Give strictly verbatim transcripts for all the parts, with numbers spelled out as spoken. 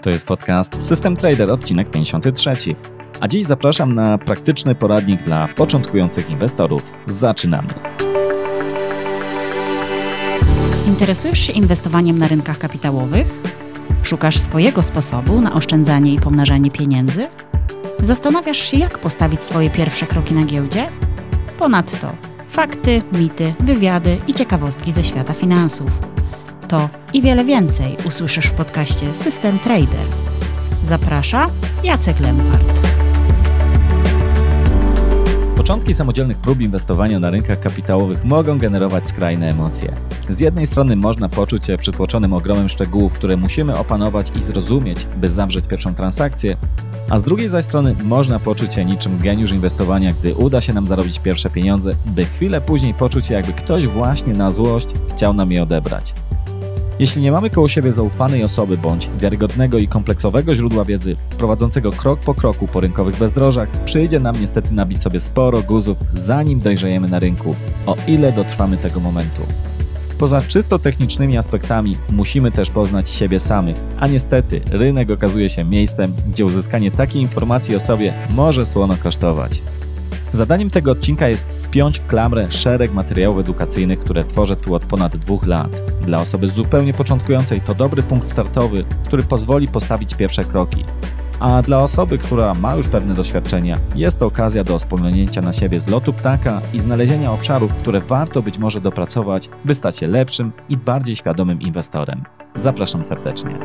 To jest podcast System Trader, odcinek pięćdziesiąty trzeci. A dziś zapraszam na praktyczny poradnik dla początkujących inwestorów. Zaczynamy. Interesujesz się inwestowaniem na rynkach kapitałowych? Szukasz swojego sposobu na oszczędzanie i pomnażanie pieniędzy? Zastanawiasz się, jak postawić swoje pierwsze kroki na giełdzie? Ponadto fakty, mity, wywiady i ciekawostki ze świata finansów. To i wiele więcej usłyszysz w podcaście System Trader. Zaprasza Jacek Lempart. Początki samodzielnych prób inwestowania na rynkach kapitałowych mogą generować skrajne emocje. Z jednej strony można poczuć się przytłoczonym ogromem szczegółów, które musimy opanować i zrozumieć, by zawrzeć pierwszą transakcję, a z drugiej zaś strony można poczuć się niczym geniusz inwestowania, gdy uda się nam zarobić pierwsze pieniądze, by chwilę później poczuć się, jakby ktoś właśnie na złość chciał nam je odebrać. Jeśli nie mamy koło siebie zaufanej osoby bądź wiarygodnego i kompleksowego źródła wiedzy prowadzącego krok po kroku po rynkowych bezdrożach, przyjdzie nam niestety nabić sobie sporo guzów, zanim dojrzejemy na rynku, o ile dotrwamy tego momentu. Poza czysto technicznymi aspektami musimy też poznać siebie samych, a niestety rynek okazuje się miejscem, gdzie uzyskanie takiej informacji o sobie może słono kosztować. Zadaniem tego odcinka jest spiąć w klamrę szereg materiałów edukacyjnych, które tworzę tu od ponad dwóch lat. Dla osoby zupełnie początkującej to dobry punkt startowy, który pozwoli postawić pierwsze kroki. A dla osoby, która ma już pewne doświadczenia, jest to okazja do spoglądnięcia na siebie z lotu ptaka i znalezienia obszarów, które warto być może dopracować, by stać się lepszym i bardziej świadomym inwestorem. Zapraszam serdecznie.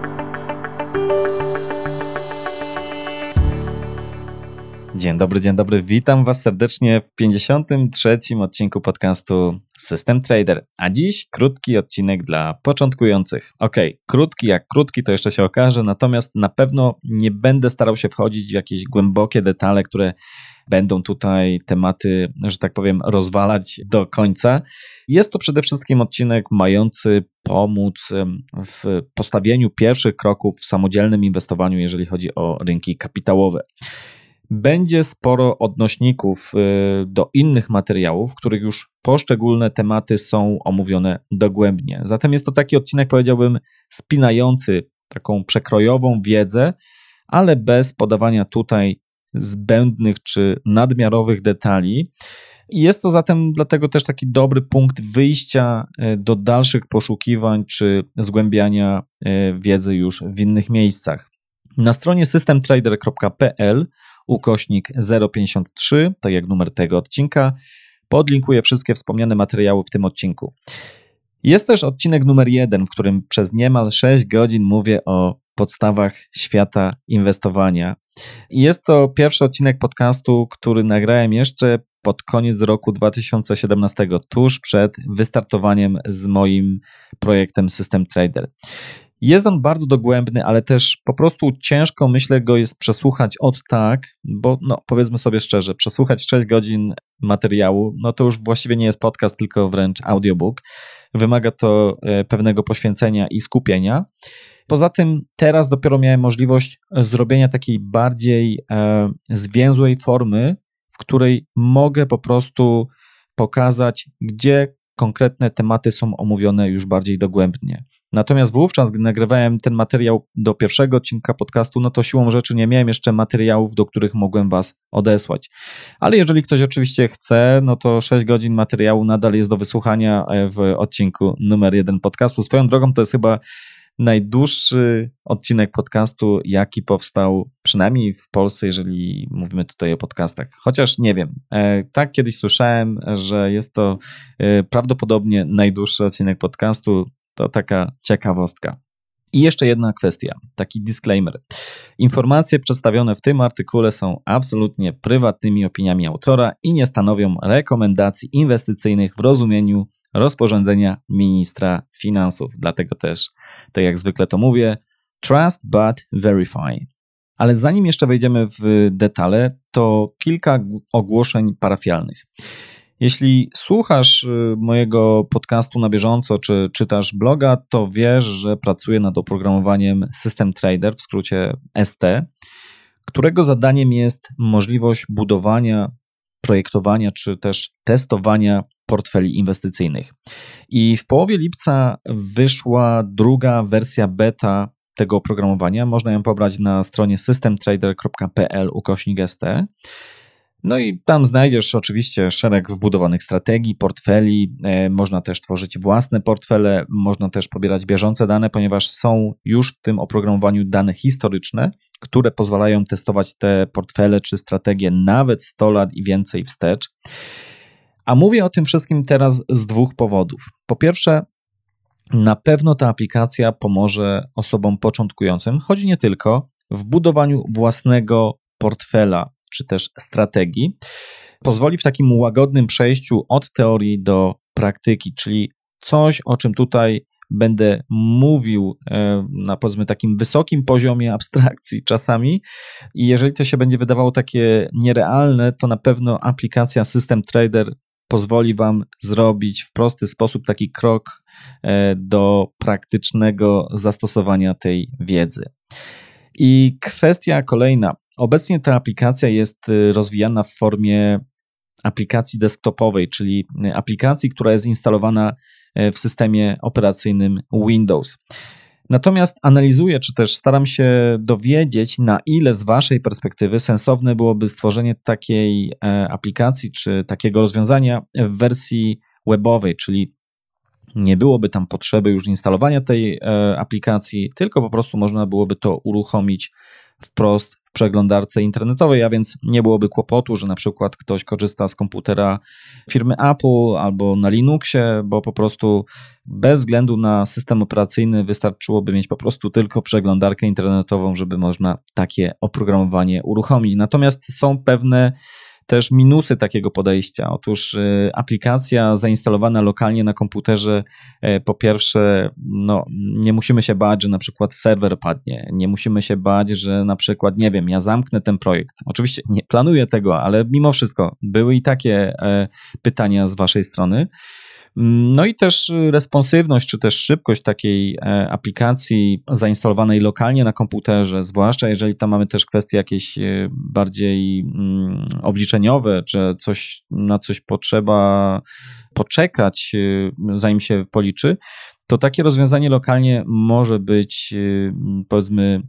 Dzień dobry, dzień dobry. Witam Was serdecznie w pięćdziesiątym trzecim odcinku podcastu System Trader. A dziś krótki odcinek dla początkujących. Okej, okay, krótki jak krótki to jeszcze się okaże, natomiast na pewno nie będę starał się wchodzić w jakieś głębokie detale, które będą tutaj tematy, że tak powiem, rozwalać do końca. Jest to przede wszystkim odcinek mający pomóc w postawieniu pierwszych kroków w samodzielnym inwestowaniu, jeżeli chodzi o rynki kapitałowe. Będzie sporo odnośników do innych materiałów, w których już poszczególne tematy są omówione dogłębnie. Zatem jest to taki odcinek, powiedziałbym, spinający taką przekrojową wiedzę, ale bez podawania tutaj zbędnych czy nadmiarowych detali. I jest to zatem dlatego też taki dobry punkt wyjścia do dalszych poszukiwań czy zgłębiania wiedzy już w innych miejscach. Na stronie system trader kropka p l ukośnik zero pięćdziesiąt trzy, tak jak numer tego odcinka, podlinkuję wszystkie wspomniane materiały w tym odcinku. Jest też odcinek numer jeden, w którym przez niemal sześć godzin mówię o podstawach świata inwestowania. I jest to pierwszy odcinek podcastu, który nagrałem jeszcze pod koniec roku dwa tysiące siedemnastego, tuż przed wystartowaniem z moim projektem System Trader. Jest on bardzo dogłębny, ale też po prostu ciężko, myślę, go jest przesłuchać od tak, bo no, powiedzmy sobie szczerze, przesłuchać sześć godzin materiału, no to już właściwie nie jest podcast, tylko wręcz audiobook. Wymaga to pewnego poświęcenia i skupienia. Poza tym teraz dopiero miałem możliwość zrobienia takiej bardziej e, zwięzłej formy, w której mogę po prostu pokazać, gdzie konkretne tematy są omówione już bardziej dogłębnie. Natomiast wówczas, gdy nagrywałem ten materiał do pierwszego odcinka podcastu, no to siłą rzeczy nie miałem jeszcze materiałów, do których mogłem Was odesłać. Ale jeżeli ktoś oczywiście chce, no to sześć godzin materiału nadal jest do wysłuchania w odcinku numer jeden podcastu. Swoją drogą to jest chyba najdłuższy odcinek podcastu, jaki powstał, przynajmniej w Polsce, jeżeli mówimy tutaj o podcastach. Chociaż nie wiem, tak kiedyś słyszałem, że jest to prawdopodobnie najdłuższy odcinek podcastu. To taka ciekawostka. I jeszcze jedna kwestia, taki disclaimer. Informacje przedstawione w tym artykule są absolutnie prywatnymi opiniami autora i nie stanowią rekomendacji inwestycyjnych w rozumieniu rozporządzenia ministra finansów. Dlatego też, tak jak zwykle to mówię, trust but verify. Ale zanim jeszcze wejdziemy w detale, to kilka ogłoszeń parafialnych. Jeśli słuchasz mojego podcastu na bieżąco, czy czytasz bloga, to wiesz, że pracuję nad oprogramowaniem System Trader, w skrócie S T, którego zadaniem jest możliwość budowania, projektowania, czy też testowania portfeli inwestycyjnych. I w połowie lipca wyszła druga wersja beta tego oprogramowania. Można ją pobrać na stronie systemtrader kropka p l ukośnik s t. No i tam znajdziesz oczywiście szereg wbudowanych strategii, portfeli, e, można też tworzyć własne portfele, można też pobierać bieżące dane, ponieważ są już w tym oprogramowaniu dane historyczne, które pozwalają testować te portfele czy strategie nawet sto lat i więcej wstecz. A mówię o tym wszystkim teraz z dwóch powodów. Po pierwsze, na pewno ta aplikacja pomoże osobom początkującym, choć nie tylko, w budowaniu własnego portfela czy też strategii. Pozwoli w takim łagodnym przejściu od teorii do praktyki, czyli coś, o czym tutaj będę mówił na powiedzmy takim wysokim poziomie abstrakcji czasami i jeżeli to się będzie wydawało takie nierealne, to na pewno aplikacja System Trader pozwoli Wam zrobić w prosty sposób taki krok do praktycznego zastosowania tej wiedzy. I kwestia kolejna. Obecnie ta aplikacja jest rozwijana w formie aplikacji desktopowej, czyli aplikacji, która jest instalowana w systemie operacyjnym Windows. Natomiast analizuję, czy też staram się dowiedzieć, na ile z Waszej perspektywy sensowne byłoby stworzenie takiej aplikacji, czy takiego rozwiązania w wersji webowej, czyli nie byłoby tam potrzeby już instalowania tej aplikacji, tylko po prostu można byłoby to uruchomić wprost w przeglądarce internetowej, a więc nie byłoby kłopotu, że na przykład ktoś korzysta z komputera firmy Apple albo na Linuxie, bo po prostu bez względu na system operacyjny wystarczyłoby mieć po prostu tylko przeglądarkę internetową, żeby można takie oprogramowanie uruchomić. Natomiast są pewne też minusy takiego podejścia. Otóż y, aplikacja zainstalowana lokalnie na komputerze, y, po pierwsze, no, nie musimy się bać, że na przykład serwer padnie, nie musimy się bać, że na przykład, nie wiem, ja zamknę ten projekt. Oczywiście nie planuję tego, ale mimo wszystko były i takie y, pytania z Waszej strony. No i też responsywność, czy też szybkość takiej aplikacji zainstalowanej lokalnie na komputerze, zwłaszcza jeżeli tam mamy też kwestie jakieś bardziej obliczeniowe, czy coś, na coś potrzeba poczekać, zanim się policzy, to takie rozwiązanie lokalnie może być, powiedzmy,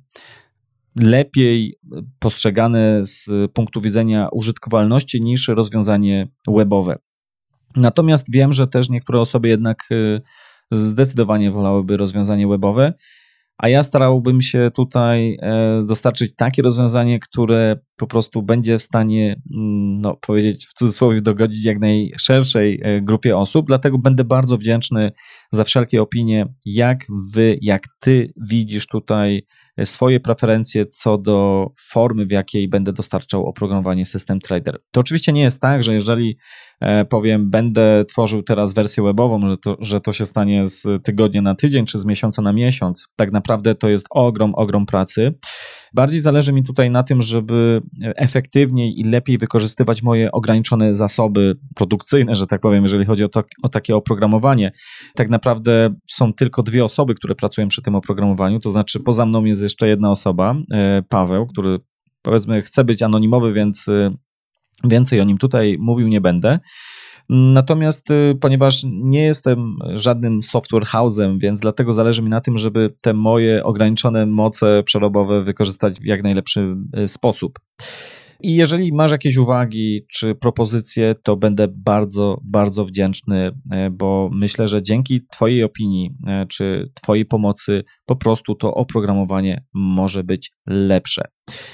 lepiej postrzegane z punktu widzenia użytkowalności niż rozwiązanie webowe. Natomiast wiem, że też niektóre osoby jednak zdecydowanie wolałyby rozwiązanie webowe, a ja starałbym się tutaj dostarczyć takie rozwiązanie, które po prostu będzie w stanie, no, powiedzieć w cudzysłowie, dogodzić jak najszerszej grupie osób, dlatego będę bardzo wdzięczny za wszelkie opinie, jak wy, jak ty widzisz tutaj swoje preferencje co do formy, w jakiej będę dostarczał oprogramowanie System Trader. To oczywiście nie jest tak, że jeżeli powiem, będę tworzył teraz wersję webową, że to, że to się stanie z tygodnia na tydzień, czy z miesiąca na miesiąc. Tak naprawdę to jest ogrom, ogrom pracy. Bardziej zależy mi tutaj na tym, żeby efektywniej i lepiej wykorzystywać moje ograniczone zasoby produkcyjne, że tak powiem, jeżeli chodzi o, to, o takie oprogramowanie. Tak naprawdę są tylko dwie osoby, które pracują przy tym oprogramowaniu, to znaczy poza mną jest jeszcze jedna osoba, Paweł, który powiedzmy chce być anonimowy, więc więcej o nim tutaj mówił nie będę. Natomiast ponieważ nie jestem żadnym software house'em, więc dlatego zależy mi na tym, żeby te moje ograniczone moce przerobowe wykorzystać w jak najlepszy sposób. I jeżeli masz jakieś uwagi czy propozycje, to będę bardzo, bardzo wdzięczny, bo myślę, że dzięki Twojej opinii czy Twojej pomocy po prostu to oprogramowanie może być lepsze.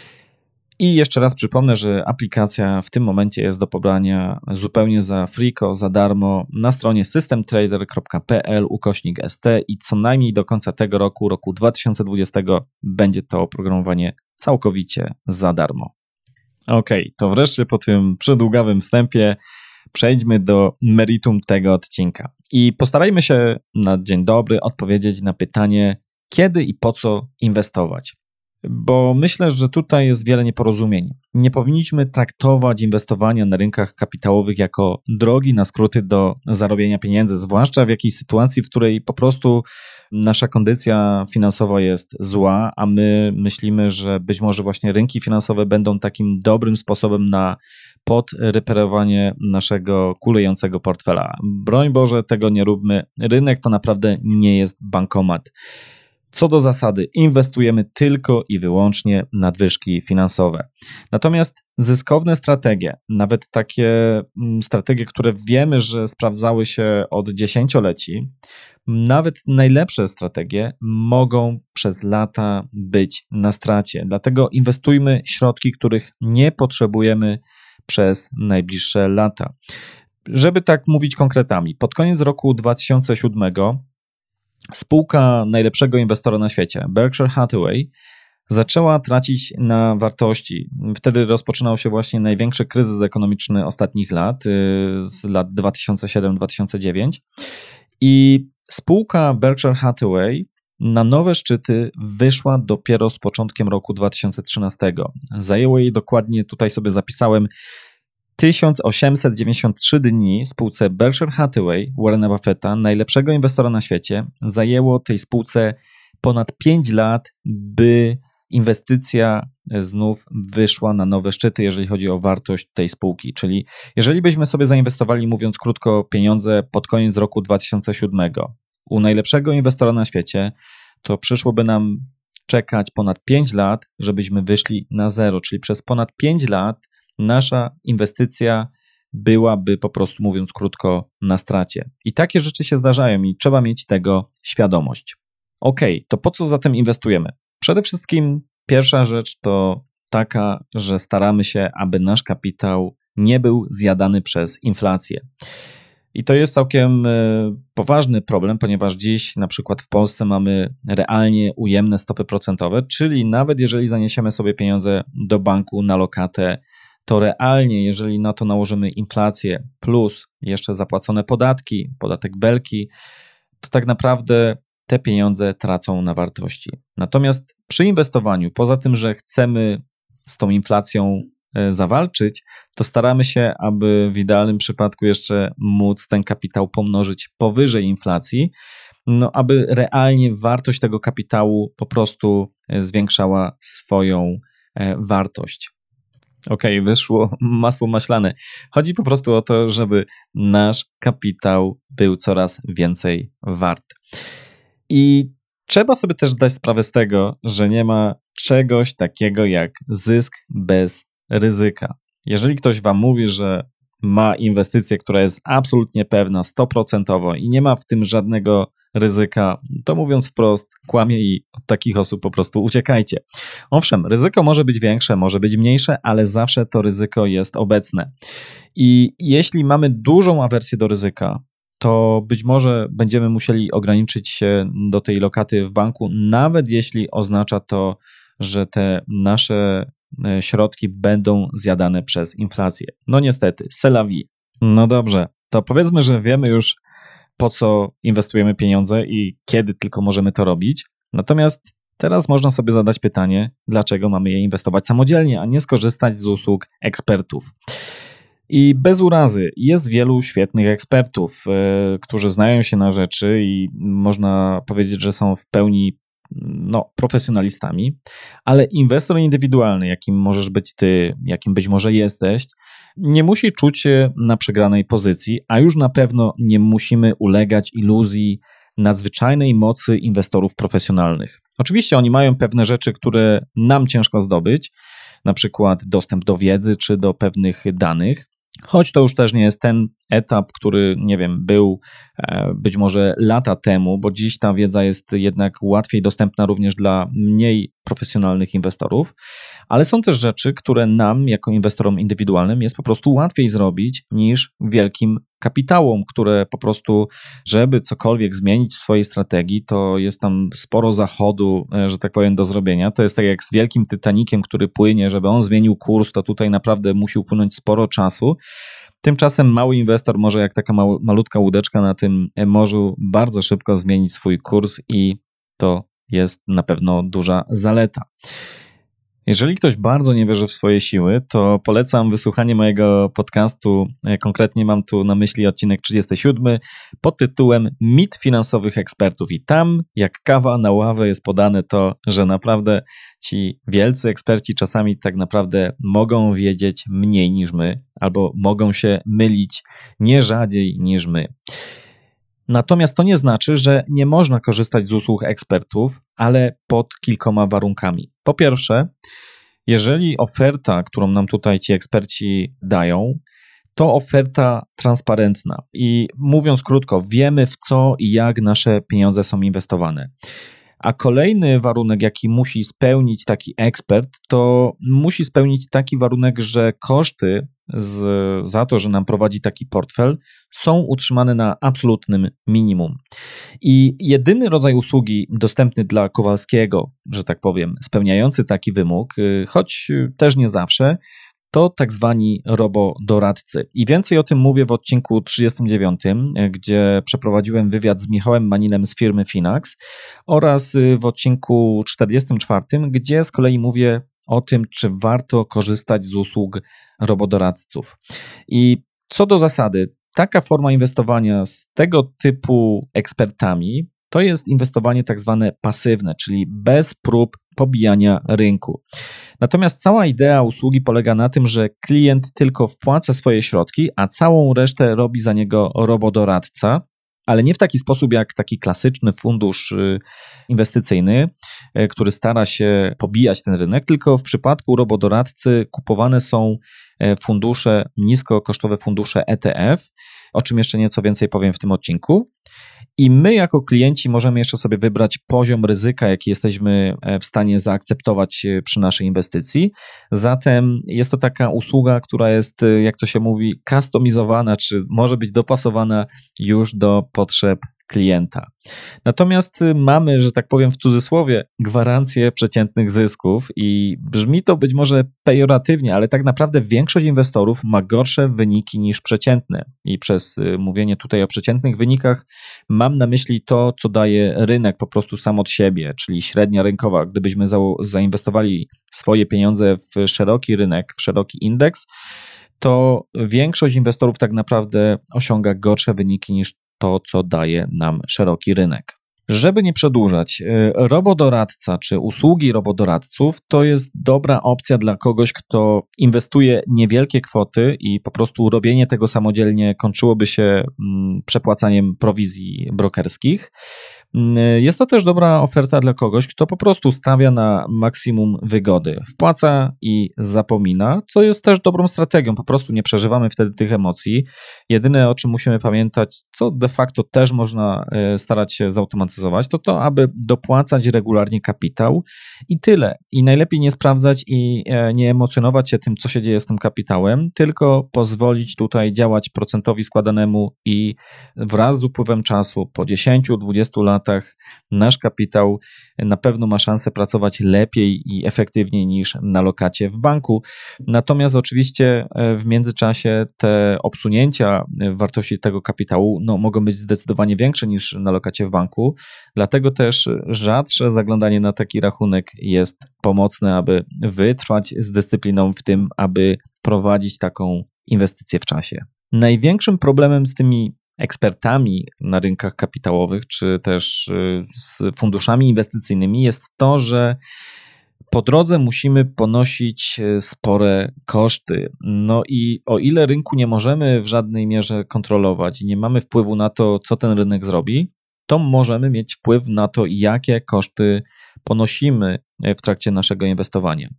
I jeszcze raz przypomnę, że aplikacja w tym momencie jest do pobrania zupełnie za friko, za darmo na stronie systemtrader kropka p l ukośnik s t i co najmniej do końca tego roku, roku dwa tysiące dwudziestego, będzie to oprogramowanie całkowicie za darmo. Ok, to wreszcie po tym przedługawym wstępie przejdźmy do meritum tego odcinka. I postarajmy się na dzień dobry odpowiedzieć na pytanie, kiedy i po co inwestować. Bo myślę, że tutaj jest wiele nieporozumień. Nie powinniśmy traktować inwestowania na rynkach kapitałowych jako drogi na skróty do zarobienia pieniędzy, zwłaszcza w jakiejś sytuacji, w której po prostu nasza kondycja finansowa jest zła, a my myślimy, że być może właśnie rynki finansowe będą takim dobrym sposobem na podreperowanie naszego kulejącego portfela. Broń Boże, tego nie róbmy. Rynek to naprawdę nie jest bankomat. Co do zasady, inwestujemy tylko i wyłącznie nadwyżki finansowe. Natomiast zyskowne strategie, nawet takie strategie, które wiemy, że sprawdzały się od dziesięcioleci, nawet najlepsze strategie mogą przez lata być na stracie. Dlatego inwestujmy środki, których nie potrzebujemy przez najbliższe lata. Żeby tak mówić konkretami, pod koniec roku dwa tysiące siódmego spółka najlepszego inwestora na świecie, Berkshire Hathaway, zaczęła tracić na wartości. Wtedy rozpoczynał się właśnie największy kryzys ekonomiczny ostatnich lat, z lat dwa tysiące siódmy do dwa tysiące dziewiątego. I spółka Berkshire Hathaway na nowe szczyty wyszła dopiero z początkiem roku dwa tysiące trzynastego. Zajęło jej dokładnie, tutaj sobie zapisałem, tysiąc osiemset dziewięćdziesiąt trzy dni spółce Berkshire Hathaway, Warrena Buffetta, najlepszego inwestora na świecie, zajęło tej spółce ponad pięć lat, by inwestycja znów wyszła na nowe szczyty, jeżeli chodzi o wartość tej spółki. Czyli jeżeli byśmy sobie zainwestowali, mówiąc krótko, pieniądze pod koniec roku dwa tysiące siódmego u najlepszego inwestora na świecie, to przyszłoby nam czekać ponad pięć lat, żebyśmy wyszli na zero, czyli przez ponad pięć lat nasza inwestycja byłaby, po prostu mówiąc krótko, na stracie. I takie rzeczy się zdarzają i trzeba mieć tego świadomość. Ok, to po co zatem inwestujemy? Przede wszystkim pierwsza rzecz to taka, że staramy się, aby nasz kapitał nie był zjadany przez inflację. I to jest całkiem poważny problem, ponieważ dziś na przykład w Polsce mamy realnie ujemne stopy procentowe, czyli nawet jeżeli zaniesiemy sobie pieniądze do banku na lokatę, to realnie, jeżeli na to nałożymy inflację plus jeszcze zapłacone podatki, podatek belki, to tak naprawdę te pieniądze tracą na wartości. Natomiast przy inwestowaniu, poza tym, że chcemy z tą inflacją zawalczyć, to staramy się, aby w idealnym przypadku jeszcze móc ten kapitał pomnożyć powyżej inflacji, no aby realnie wartość tego kapitału po prostu zwiększała swoją wartość. Okej, okay, wyszło masło maślane. Chodzi po prostu o to, żeby nasz kapitał był coraz więcej wart. I trzeba sobie też zdać sprawę z tego, że nie ma czegoś takiego jak zysk bez ryzyka. Jeżeli ktoś wam mówi, że ma inwestycję, która jest absolutnie pewna, sto procent i nie ma w tym żadnego ryzyka, to mówiąc wprost, kłamie i od takich osób po prostu uciekajcie. Owszem, ryzyko może być większe, może być mniejsze, ale zawsze to ryzyko jest obecne. I jeśli mamy dużą awersję do ryzyka, to być może będziemy musieli ograniczyć się do tej lokaty w banku, nawet jeśli oznacza to, że te nasze środki będą zjadane przez inflację. No niestety, c'est la vie. No dobrze, to powiedzmy, że wiemy już, po co inwestujemy pieniądze i kiedy tylko możemy to robić. Natomiast teraz można sobie zadać pytanie, dlaczego mamy je inwestować samodzielnie, a nie skorzystać z usług ekspertów. I bez urazy, jest wielu świetnych ekspertów, yy, którzy znają się na rzeczy i można powiedzieć, że są w pełni no, profesjonalistami, ale inwestor indywidualny, jakim możesz być ty, jakim być może jesteś, nie musi czuć się na przegranej pozycji, a już na pewno nie musimy ulegać iluzji nadzwyczajnej mocy inwestorów profesjonalnych. Oczywiście oni mają pewne rzeczy, które nam ciężko zdobyć, na przykład dostęp do wiedzy czy do pewnych danych, choć to już też nie jest ten etap, który, nie wiem, był być może lata temu, bo dziś ta wiedza jest jednak łatwiej dostępna również dla mniej profesjonalnych inwestorów, ale są też rzeczy, które nam, jako inwestorom indywidualnym, jest po prostu łatwiej zrobić niż wielkim kapitałom, które po prostu, żeby cokolwiek zmienić w swojej strategii, to jest tam sporo zachodu, że tak powiem, do zrobienia. To jest tak jak z wielkim Titanikiem, który płynie, żeby on zmienił kurs, to tutaj naprawdę musi upłynąć sporo czasu. Tymczasem mały inwestor może jak taka mał, malutka łódeczka na tym morzu bardzo szybko zmienić swój kurs i to jest na pewno duża zaleta. Jeżeli ktoś bardzo nie wierzy w swoje siły, to polecam wysłuchanie mojego podcastu. Konkretnie mam tu na myśli odcinek trzydziesty siódmy pod tytułem Mit finansowych ekspertów. I tam, jak kawa na ławę, jest podane to, że naprawdę ci wielcy eksperci czasami tak naprawdę mogą wiedzieć mniej niż my, albo mogą się mylić nie rzadziej niż my. Natomiast to nie znaczy, że nie można korzystać z usług ekspertów, ale pod kilkoma warunkami. Po pierwsze, jeżeli oferta, którą nam tutaj ci eksperci dają, to oferta transparentna i mówiąc krótko, wiemy w co i jak nasze pieniądze są inwestowane. A kolejny warunek, jaki musi spełnić taki ekspert, to musi spełnić taki warunek, że koszty z, za to, że nam prowadzi taki portfel, są utrzymane na absolutnym minimum. I jedyny rodzaj usługi dostępny dla Kowalskiego, że tak powiem, spełniający taki wymóg, choć też nie zawsze, to tak zwani robodoradcy. I więcej o tym mówię w odcinku trzydziestym dziewiątym, gdzie przeprowadziłem wywiad z Michałem Maninem z firmy Finax, oraz w odcinku czterdziestym czwartym, gdzie z kolei mówię o tym, czy warto korzystać z usług robodoradców. I co do zasady, taka forma inwestowania z tego typu ekspertami to jest inwestowanie tak zwane pasywne, czyli bez prób pobijania rynku. Natomiast cała idea usługi polega na tym, że klient tylko wpłaca swoje środki, a całą resztę robi za niego robodoradca, ale nie w taki sposób jak taki klasyczny fundusz inwestycyjny, który stara się pobijać ten rynek, tylko w przypadku robodoradcy kupowane są fundusze, niskokosztowe fundusze E T F, o czym jeszcze nieco więcej powiem w tym odcinku. I my jako klienci możemy jeszcze sobie wybrać poziom ryzyka, jaki jesteśmy w stanie zaakceptować przy naszej inwestycji. Zatem jest to taka usługa, która jest, jak to się mówi, kustomizowana, czy może być dopasowana już do potrzeb klienta. Natomiast mamy, że tak powiem w cudzysłowie, gwarancję przeciętnych zysków i brzmi to być może pejoratywnie, ale tak naprawdę większość inwestorów ma gorsze wyniki niż przeciętne. I przez mówienie tutaj o przeciętnych wynikach mam na myśli to, co daje rynek po prostu sam od siebie, czyli średnia rynkowa. Gdybyśmy za, zainwestowali swoje pieniądze w szeroki rynek, w szeroki indeks, to większość inwestorów tak naprawdę osiąga gorsze wyniki niż to, co daje nam szeroki rynek. Żeby nie przedłużać, robodoradca czy usługi robodoradców to jest dobra opcja dla kogoś, kto inwestuje niewielkie kwoty i po prostu robienie tego samodzielnie kończyłoby się przepłacaniem prowizji brokerskich. Jest to też dobra oferta dla kogoś, kto po prostu stawia na maksimum wygody. Wpłaca i zapomina, co jest też dobrą strategią. Po prostu nie przeżywamy wtedy tych emocji. Jedyne, o czym musimy pamiętać, co de facto też można starać się zautomatyzować, to to, aby dopłacać regularnie kapitał i tyle. I najlepiej nie sprawdzać i nie emocjonować się tym, co się dzieje z tym kapitałem, tylko pozwolić tutaj działać procentowi składanemu i wraz z upływem czasu, po dziesięciu dwudziestu latach, nasz kapitał na pewno ma szansę pracować lepiej i efektywniej niż na lokacie w banku. Natomiast oczywiście w międzyczasie te obsunięcia wartości tego kapitału no, mogą być zdecydowanie większe niż na lokacie w banku. Dlatego też rzadsze zaglądanie na taki rachunek jest pomocne, aby wytrwać z dyscypliną w tym, aby prowadzić taką inwestycję w czasie. Największym problemem z tymi ekspertami na rynkach kapitałowych, czy też z funduszami inwestycyjnymi jest to, że po drodze musimy ponosić spore koszty. No i o ile rynku nie możemy w żadnej mierze kontrolować i nie mamy wpływu na to, co ten rynek zrobi, to możemy mieć wpływ na to, jakie koszty ponosimy w trakcie naszego inwestowania.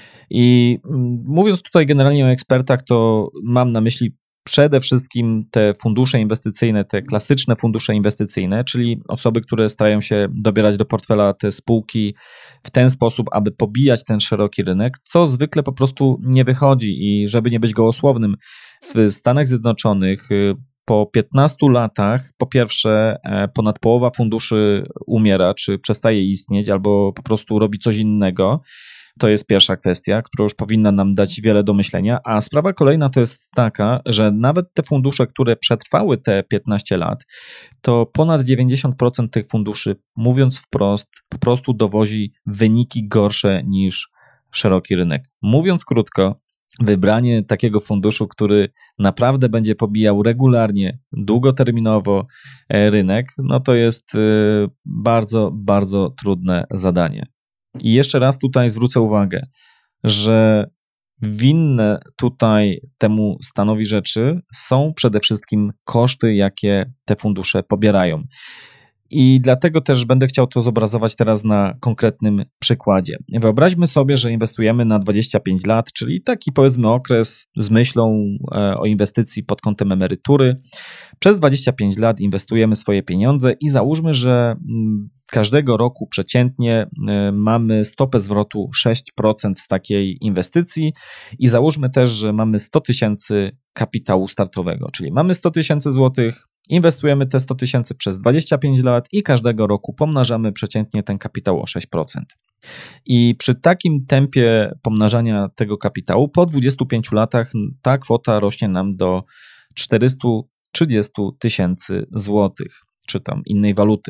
I mówiąc tutaj generalnie o ekspertach, to mam na myśli przede wszystkim te fundusze inwestycyjne, te klasyczne fundusze inwestycyjne, czyli osoby, które starają się dobierać do portfela te spółki w ten sposób, aby pobijać ten szeroki rynek, co zwykle po prostu nie wychodzi i żeby nie być gołosłownym, w Stanach Zjednoczonych po piętnastu latach po pierwsze ponad połowa funduszy umiera, czy przestaje istnieć, albo po prostu robi coś innego. To jest pierwsza kwestia, która już powinna nam dać wiele do myślenia, a sprawa kolejna to jest taka, że nawet te fundusze, które przetrwały te piętnaście lat, to ponad dziewięćdziesiąt procent tych funduszy, mówiąc wprost, po prostu dowozi wyniki gorsze niż szeroki rynek. Mówiąc krótko, wybranie takiego funduszu, który naprawdę będzie pobijał regularnie, długoterminowo rynek, no to jest bardzo, bardzo trudne zadanie. I jeszcze raz tutaj zwrócę uwagę, że winne tutaj temu stanowi rzeczy są przede wszystkim koszty, jakie te fundusze pobierają. I dlatego też będę chciał to zobrazować teraz na konkretnym przykładzie. Wyobraźmy sobie, że inwestujemy na dwadzieścia pięć lat, czyli taki powiedzmy okres z myślą o inwestycji pod kątem emerytury. Przez dwadzieścia pięć lat inwestujemy swoje pieniądze i załóżmy, że każdego roku przeciętnie mamy stopę zwrotu sześć procent z takiej inwestycji i załóżmy też, że mamy sto tysięcy kapitału startowego, czyli mamy sto tysięcy złotych, inwestujemy te sto tysięcy przez dwadzieścia pięć lat i każdego roku pomnażamy przeciętnie ten kapitał o sześć procent. I przy takim tempie pomnażania tego kapitału po dwudziestu pięciu latach ta kwota rośnie nam do czterysta trzydzieści tysięcy złotych, czy tam innej waluty.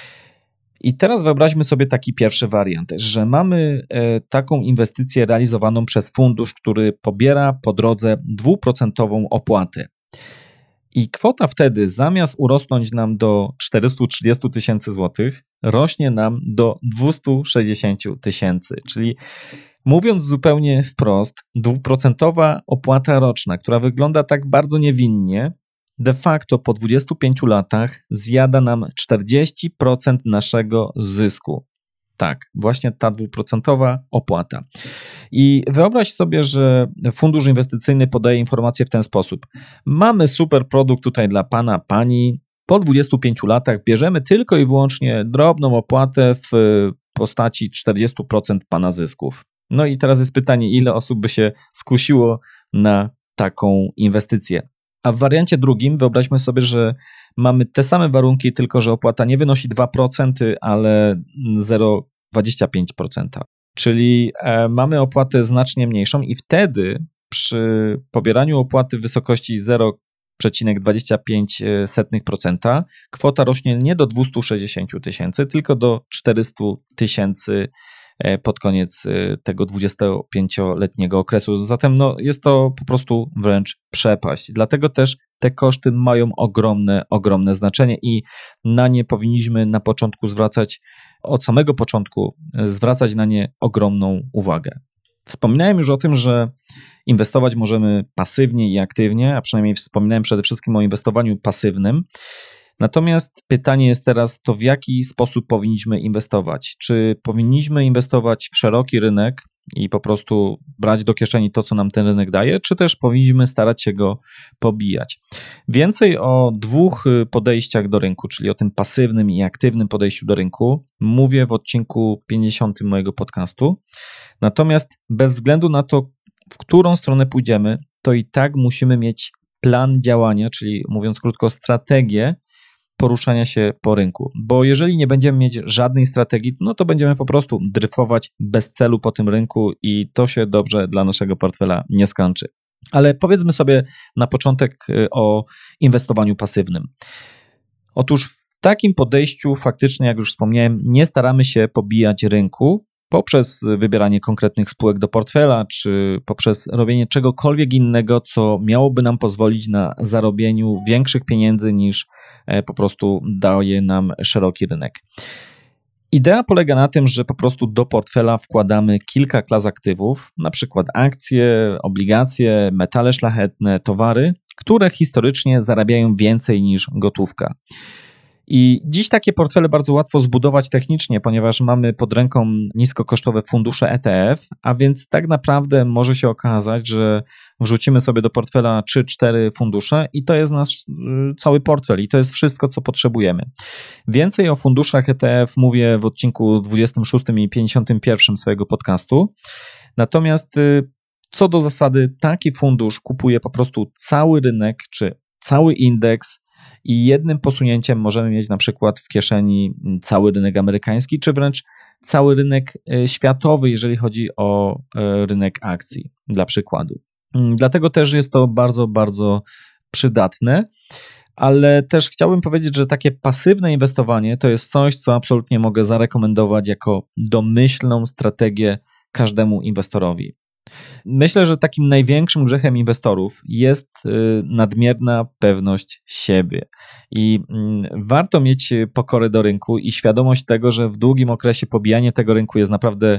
I teraz wyobraźmy sobie taki pierwszy wariant, że mamy taką inwestycję realizowaną przez fundusz, który pobiera po drodze dwuprocentową opłatę. I kwota wtedy zamiast urosnąć nam do czterysta trzydzieści tysięcy złotych, rośnie nam do dwieście sześćdziesiąt tysięcy, czyli mówiąc zupełnie wprost, dwuprocentowa opłata roczna, która wygląda tak bardzo niewinnie, de facto po dwudziestu pięciu latach zjada nam czterdzieści procent naszego zysku. Tak, właśnie ta dwuprocentowa opłata. I wyobraź sobie, że fundusz inwestycyjny podaje informację w ten sposób. Mamy super produkt tutaj dla pana, pani. Po dwudziestu pięciu latach bierzemy tylko i wyłącznie drobną opłatę w postaci czterdzieści procent pana zysków. No i teraz jest pytanie, ile osób by się skusiło na taką inwestycję. A w wariancie drugim wyobraźmy sobie, że mamy te same warunki, tylko że opłata nie wynosi dwa procent, ale zero przecinek dwadzieścia pięć procent. Czyli mamy opłatę znacznie mniejszą i wtedy przy pobieraniu opłaty w wysokości zero przecinek dwadzieścia pięć procent kwota rośnie nie do dwieście sześćdziesiąt tysięcy, tylko do czterysta tysięcy pod koniec tego dwudziestopięcioletniego okresu. Zatem no, jest to po prostu wręcz przepaść. Dlatego też te koszty mają ogromne, ogromne znaczenie i na nie powinniśmy na początku zwracać, od samego początku zwracać na nie ogromną uwagę. Wspominałem już o tym, że inwestować możemy pasywnie i aktywnie, a przynajmniej wspominałem przede wszystkim o inwestowaniu pasywnym. Natomiast pytanie jest teraz, to w jaki sposób powinniśmy inwestować? Czy powinniśmy inwestować w szeroki rynek i po prostu brać do kieszeni to, co nam ten rynek daje, czy też powinniśmy starać się go pobijać? Więcej o dwóch podejściach do rynku, czyli o tym pasywnym i aktywnym podejściu do rynku, mówię w odcinku pięćdziesiątym mojego podcastu. Natomiast bez względu na to, w którą stronę pójdziemy, to i tak musimy mieć plan działania, czyli mówiąc krótko, strategię poruszania się po rynku, bo jeżeli nie będziemy mieć żadnej strategii, no to będziemy po prostu dryfować bez celu po tym rynku i to się dobrze dla naszego portfela nie skończy. Ale powiedzmy sobie na początek o inwestowaniu pasywnym. Otóż w takim podejściu faktycznie, jak już wspomniałem, nie staramy się pobijać rynku poprzez wybieranie konkretnych spółek do portfela, czy poprzez robienie czegokolwiek innego, co miałoby nam pozwolić na zarobieniu większych pieniędzy niż po prostu daje nam szeroki rynek. Idea polega na tym, że po prostu do portfela wkładamy kilka klas aktywów, na przykład akcje, obligacje, metale szlachetne, towary, które historycznie zarabiają więcej niż gotówka. I dziś takie portfele bardzo łatwo zbudować technicznie, ponieważ mamy pod ręką niskokosztowe fundusze E T F, a więc tak naprawdę może się okazać, że wrzucimy sobie do portfela trzy cztery fundusze i to jest nasz cały portfel i to jest wszystko, co potrzebujemy. Więcej o funduszach E T F mówię w odcinku dwudziestym szóstym i pięćdziesiątym pierwszym swojego podcastu. Natomiast co do zasady, taki fundusz kupuje po prostu cały rynek czy cały indeks i jednym posunięciem możemy mieć na przykład w kieszeni cały rynek amerykański, czy wręcz cały rynek światowy, jeżeli chodzi o rynek akcji, dla przykładu. Dlatego też jest to bardzo, bardzo przydatne, ale też chciałbym powiedzieć, że takie pasywne inwestowanie to jest coś, co absolutnie mogę zarekomendować jako domyślną strategię każdemu inwestorowi. Myślę, że takim największym grzechem inwestorów jest nadmierna pewność siebie i warto mieć pokorę do rynku i świadomość tego, że w długim okresie pobijanie tego rynku jest naprawdę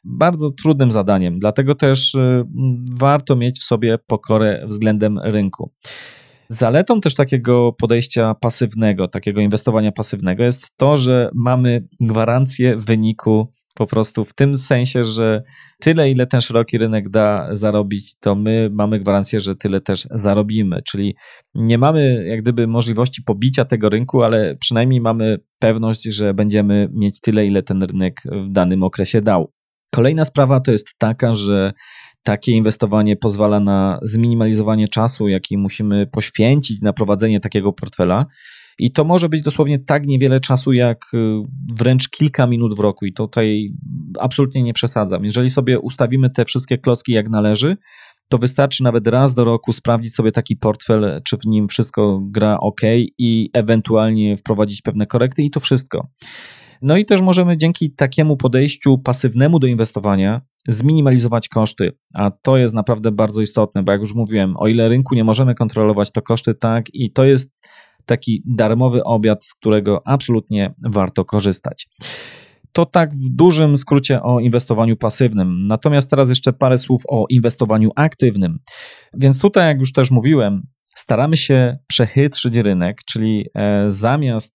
bardzo trudnym zadaniem, dlatego też warto mieć w sobie pokorę względem rynku. Zaletą też takiego podejścia pasywnego, takiego inwestowania pasywnego jest to, że mamy gwarancję wyniku po prostu w tym sensie, że tyle, ile ten szeroki rynek da zarobić, to my mamy gwarancję, że tyle też zarobimy. Czyli nie mamy jak gdyby możliwości pobicia tego rynku, ale przynajmniej mamy pewność, że będziemy mieć tyle, ile ten rynek w danym okresie dał. Kolejna sprawa to jest taka, że takie inwestowanie pozwala na zminimalizowanie czasu, jaki musimy poświęcić na prowadzenie takiego portfela. I to może być dosłownie tak niewiele czasu, jak wręcz kilka minut w roku. I tutaj absolutnie nie przesadzam. Jeżeli sobie ustawimy te wszystkie klocki jak należy, to wystarczy nawet raz do roku sprawdzić sobie taki portfel, czy w nim wszystko gra ok i ewentualnie wprowadzić pewne korekty i to wszystko. No i też możemy dzięki takiemu podejściu pasywnemu do inwestowania zminimalizować koszty, a to jest naprawdę bardzo istotne, bo jak już mówiłem, o ile rynku nie możemy kontrolować, to koszty tak i to jest taki darmowy obiad, z którego absolutnie warto korzystać. To tak w dużym skrócie o inwestowaniu pasywnym. Natomiast teraz jeszcze parę słów o inwestowaniu aktywnym. Więc tutaj, jak już też mówiłem, staramy się przechytrzyć rynek, czyli zamiast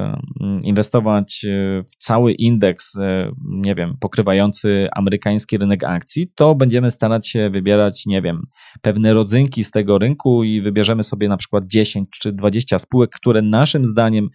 inwestować w cały indeks, nie wiem, pokrywający amerykański rynek akcji, to będziemy starać się wybierać, nie wiem, pewne rodzynki z tego rynku i wybierzemy sobie na przykład dziesięć czy dwadzieścia spółek, które naszym zdaniem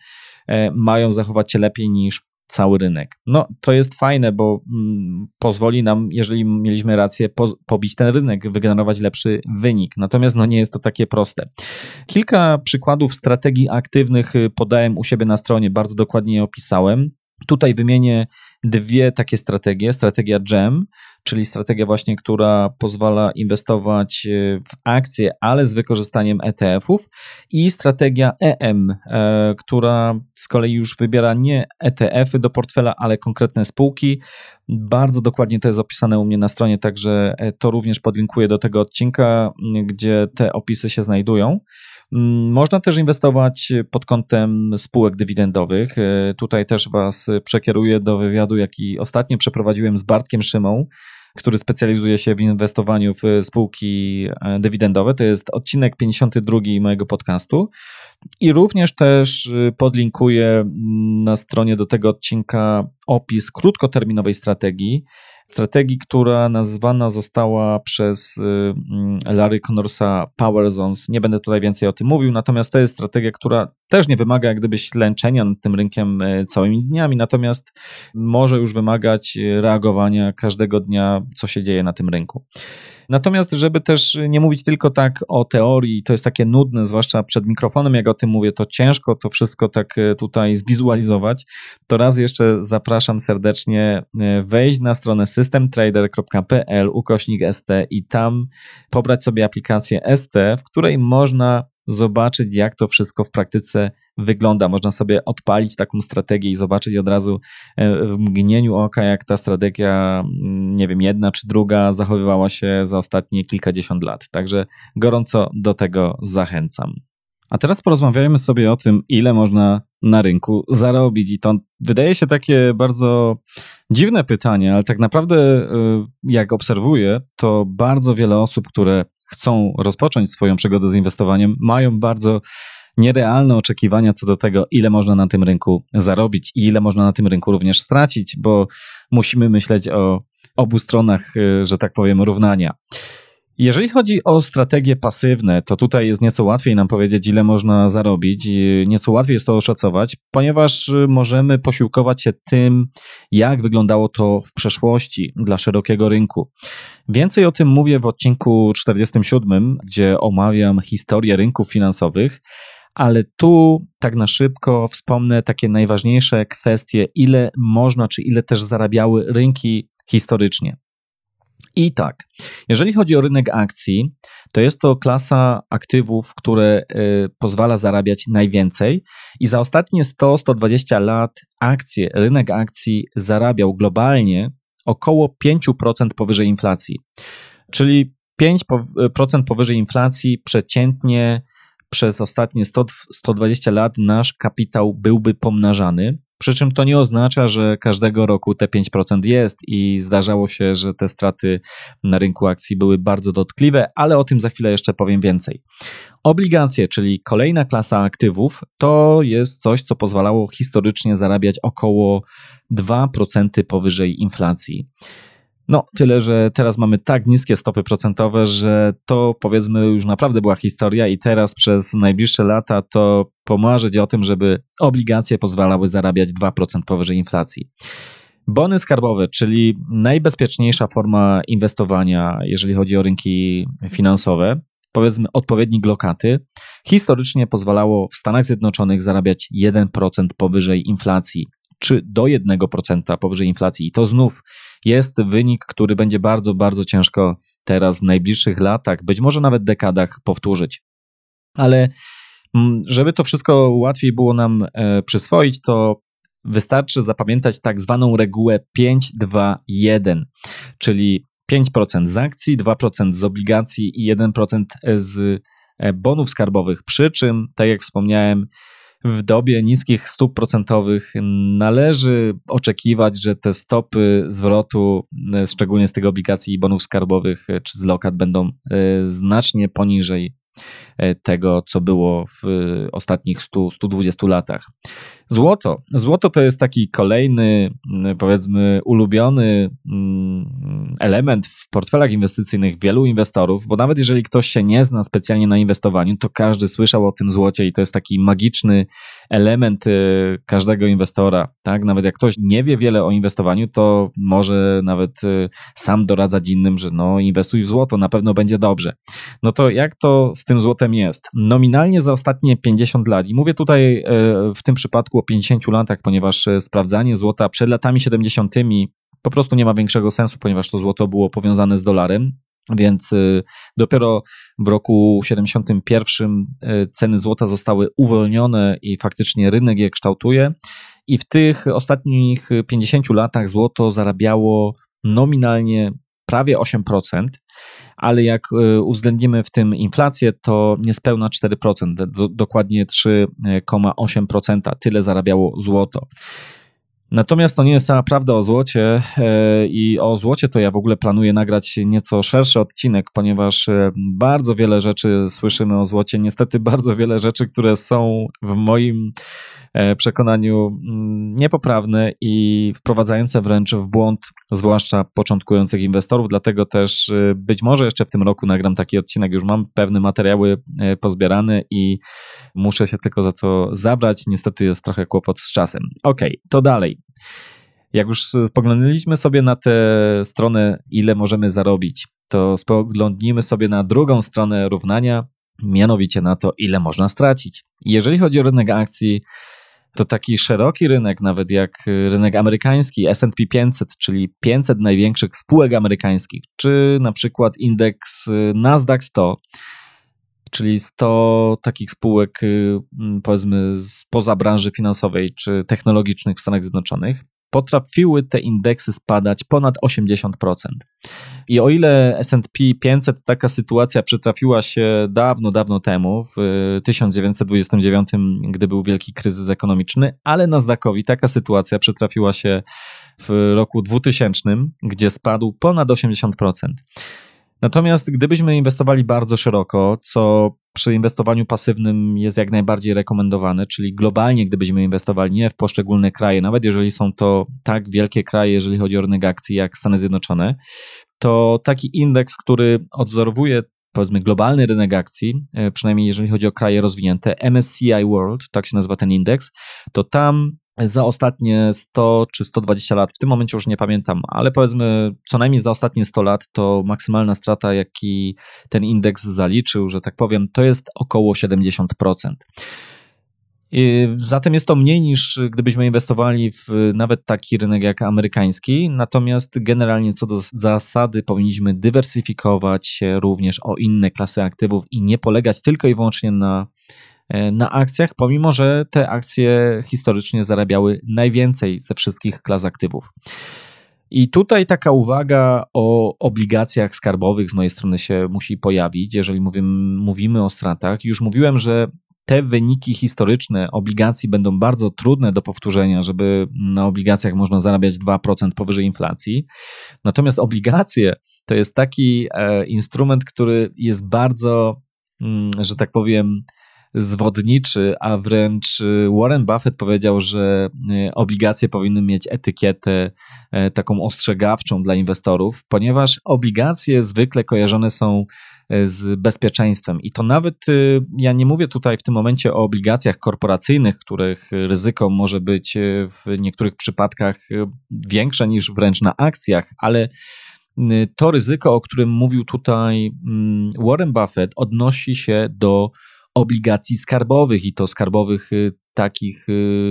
mają zachować się lepiej niż cały rynek. No to jest fajne, bo mm, pozwoli nam, jeżeli mieliśmy rację, po, pobić ten rynek, wygenerować lepszy wynik. Natomiast no nie jest to takie proste. Kilka przykładów strategii aktywnych podałem u siebie na stronie, bardzo dokładnie je opisałem. Tutaj wymienię dwie takie strategie. Strategia GEM, czyli strategia właśnie, która pozwala inwestować w akcje, ale z wykorzystaniem E T F-ów i strategia E M, która z kolei już wybiera nie E T F-y do portfela, ale konkretne spółki. Bardzo dokładnie to jest opisane u mnie na stronie, także to również podlinkuję do tego odcinka, gdzie te opisy się znajdują. Można też inwestować pod kątem spółek dywidendowych. Tutaj też Was przekieruję do wywiadu, jaki ostatnio przeprowadziłem z Bartkiem Szymą, który specjalizuje się w inwestowaniu w spółki dywidendowe. To jest odcinek pięćdziesiąty drugi mojego podcastu. I również też podlinkuję na stronie do tego odcinka opis krótkoterminowej strategii. Strategii, która nazwana została przez Larry Connorsa Power Zones. Nie będę tutaj więcej o tym mówił, natomiast to jest strategia, która też nie wymaga jak gdyby ślęczenia nad tym rynkiem całymi dniami, natomiast może już wymagać reagowania każdego dnia, co się dzieje na tym rynku. Natomiast, żeby też nie mówić tylko tak o teorii, to jest takie nudne, zwłaszcza przed mikrofonem, jak o tym mówię, to ciężko to wszystko tak tutaj zwizualizować, to raz jeszcze zapraszam serdecznie wejść na stronę systemtrader kropka p l ukośnik S T i tam pobrać sobie aplikację S T, w której można zobaczyć, jak to wszystko w praktyce wygląda. Można sobie odpalić taką strategię i zobaczyć od razu w mgnieniu oka, jak ta strategia, nie wiem, jedna czy druga zachowywała się za ostatnie kilkadziesiąt lat. Także gorąco do tego zachęcam. A teraz porozmawiajmy sobie o tym, ile można na rynku zarobić. I to wydaje się takie bardzo dziwne pytanie, ale tak naprawdę jak obserwuję, to bardzo wiele osób, które chcą rozpocząć swoją przygodę z inwestowaniem, mają bardzo nierealne oczekiwania co do tego, ile można na tym rynku zarobić i ile można na tym rynku również stracić, bo musimy myśleć o obu stronach, że tak powiem, równania. Jeżeli chodzi o strategie pasywne, to tutaj jest nieco łatwiej nam powiedzieć, ile można zarobić, nieco łatwiej jest to oszacować, ponieważ możemy posiłkować się tym, jak wyglądało to w przeszłości dla szerokiego rynku. Więcej o tym mówię w odcinku czterdziestym siódmym, gdzie omawiam historię rynków finansowych, ale tu tak na szybko wspomnę takie najważniejsze kwestie, ile można, czy ile też zarabiały rynki historycznie. I tak, jeżeli chodzi o rynek akcji, to jest to klasa aktywów, które y, pozwala zarabiać najwięcej i za ostatnie sto do stu dwudziestu lat akcje, rynek akcji zarabiał globalnie około pięć procent powyżej inflacji, czyli pięć procent powyżej inflacji przeciętnie przez ostatnie sto do dwudziestu lat nasz kapitał byłby pomnażany. Przy czym to nie oznacza, że każdego roku te pięć procent jest i zdarzało się, że te straty na rynku akcji były bardzo dotkliwe, ale o tym za chwilę jeszcze powiem więcej. Obligacje, czyli kolejna klasa aktywów, to jest coś, co pozwalało historycznie zarabiać około dwa procent powyżej inflacji. No, tyle, że teraz mamy tak niskie stopy procentowe, że to powiedzmy już naprawdę była historia i teraz przez najbliższe lata to pomarzyć o tym, żeby obligacje pozwalały zarabiać dwa procent powyżej inflacji. Bony skarbowe, czyli najbezpieczniejsza forma inwestowania, jeżeli chodzi o rynki finansowe, powiedzmy odpowiednik lokaty, historycznie pozwalało w Stanach Zjednoczonych zarabiać jeden procent powyżej inflacji, czy do jednego procenta powyżej inflacji. I to znów jest wynik, który będzie bardzo, bardzo ciężko teraz w najbliższych latach, być może nawet dekadach powtórzyć. Ale żeby to wszystko łatwiej było nam przyswoić, to wystarczy zapamiętać tak zwaną regułę pięć dwa jeden, czyli pięć procent z akcji, dwa procent z obligacji i jeden procent z bonów skarbowych. Przy czym, tak jak wspomniałem, w dobie niskich stóp procentowych należy oczekiwać, że te stopy zwrotu, szczególnie z tych obligacji i bonów skarbowych czy z lokat, będą znacznie poniżej tego, co było w ostatnich stu do stu dwudziestu latach. Złoto. Złoto to jest taki kolejny, powiedzmy, ulubiony element w portfelach inwestycyjnych wielu inwestorów, bo nawet jeżeli ktoś się nie zna specjalnie na inwestowaniu, to każdy słyszał o tym złocie i to jest taki magiczny element każdego inwestora. Tak? Nawet jak ktoś nie wie wiele o inwestowaniu, to może nawet sam doradzać innym, że no inwestuj w złoto, na pewno będzie dobrze. No to jak to z tym złotem jest? Nominalnie za ostatnie pięćdziesiąt lat, i mówię tutaj w tym przypadku o pięćdziesięciu latach, ponieważ sprawdzanie złota przed latami siedemdziesiątymi po prostu nie ma większego sensu, ponieważ to złoto było powiązane z dolarem, więc dopiero w roku siedemdziesiątym pierwszym ceny złota zostały uwolnione i faktycznie rynek je kształtuje i w tych ostatnich pięćdziesięciu latach złoto zarabiało nominalnie prawie osiem procent, ale jak uwzględnimy w tym inflację, to niespełna cztery procent, do, dokładnie trzy przecinek osiem procent, tyle zarabiało złoto. Natomiast to nie jest cała prawda o złocie i o złocie to ja w ogóle planuję nagrać nieco szerszy odcinek, ponieważ bardzo wiele rzeczy słyszymy o złocie, niestety bardzo wiele rzeczy, które są w moim przekonaniu niepoprawne i wprowadzające wręcz w błąd, zwłaszcza początkujących inwestorów, dlatego też być może jeszcze w tym roku nagram taki odcinek, już mam pewne materiały pozbierane i muszę się tylko za to zabrać, niestety jest trochę kłopot z czasem. Okej, to dalej. Jak już spoglądaliśmy sobie na tę stronę, ile możemy zarobić, to spoglądnijmy sobie na drugą stronę równania, mianowicie na to, ile można stracić. Jeżeli chodzi o rynek akcji, to taki szeroki rynek, nawet jak rynek amerykański, S and P pięćset, czyli pięćset największych spółek amerykańskich, czy na przykład indeks Nasdaq sto, czyli sto takich spółek, powiedzmy, spoza branży finansowej czy technologicznych w Stanach Zjednoczonych, potrafiły te indeksy spadać ponad osiemdziesiąt procent. I o ile S and P pięćset taka sytuacja przytrafiła się dawno, dawno temu, w tysiąc dziewięćset dwudziestym dziewiątym, gdy był wielki kryzys ekonomiczny, ale Nasdaqowi taka sytuacja przytrafiła się w roku dwutysięcznym, gdzie spadł ponad osiemdziesiąt procent. Natomiast gdybyśmy inwestowali bardzo szeroko, co przy inwestowaniu pasywnym jest jak najbardziej rekomendowane, czyli globalnie gdybyśmy inwestowali nie w poszczególne kraje, nawet jeżeli są to tak wielkie kraje, jeżeli chodzi o rynek akcji jak Stany Zjednoczone, to taki indeks, który odwzorowuje powiedzmy globalny rynek akcji, przynajmniej jeżeli chodzi o kraje rozwinięte, M S C I World, tak się nazywa ten indeks, to tam za ostatnie sto czy sto dwadzieścia lat, w tym momencie już nie pamiętam, ale powiedzmy co najmniej za ostatnie sto lat to maksymalna strata, jaki ten indeks zaliczył, że tak powiem, to jest około siedemdziesiąt procent. I zatem jest to mniej niż gdybyśmy inwestowali w nawet taki rynek jak amerykański, natomiast generalnie co do zasady powinniśmy dywersyfikować się również o inne klasy aktywów i nie polegać tylko i wyłącznie na na akcjach, pomimo że te akcje historycznie zarabiały najwięcej ze wszystkich klas aktywów. I tutaj taka uwaga o obligacjach skarbowych z mojej strony się musi pojawić, jeżeli mówimy, mówimy o stratach. Już mówiłem, że te wyniki historyczne obligacji będą bardzo trudne do powtórzenia, żeby na obligacjach można zarabiać dwa procent powyżej inflacji. Natomiast obligacje to jest taki instrument, który jest bardzo, że tak powiem, zwodniczy, a wręcz Warren Buffett powiedział, że obligacje powinny mieć etykietę taką ostrzegawczą dla inwestorów, ponieważ obligacje zwykle kojarzone są z bezpieczeństwem. I to nawet, ja nie mówię tutaj w tym momencie o obligacjach korporacyjnych, których ryzyko może być w niektórych przypadkach większe niż wręcz na akcjach, ale to ryzyko, o którym mówił tutaj Warren Buffett, odnosi się do obligacji skarbowych i to skarbowych takich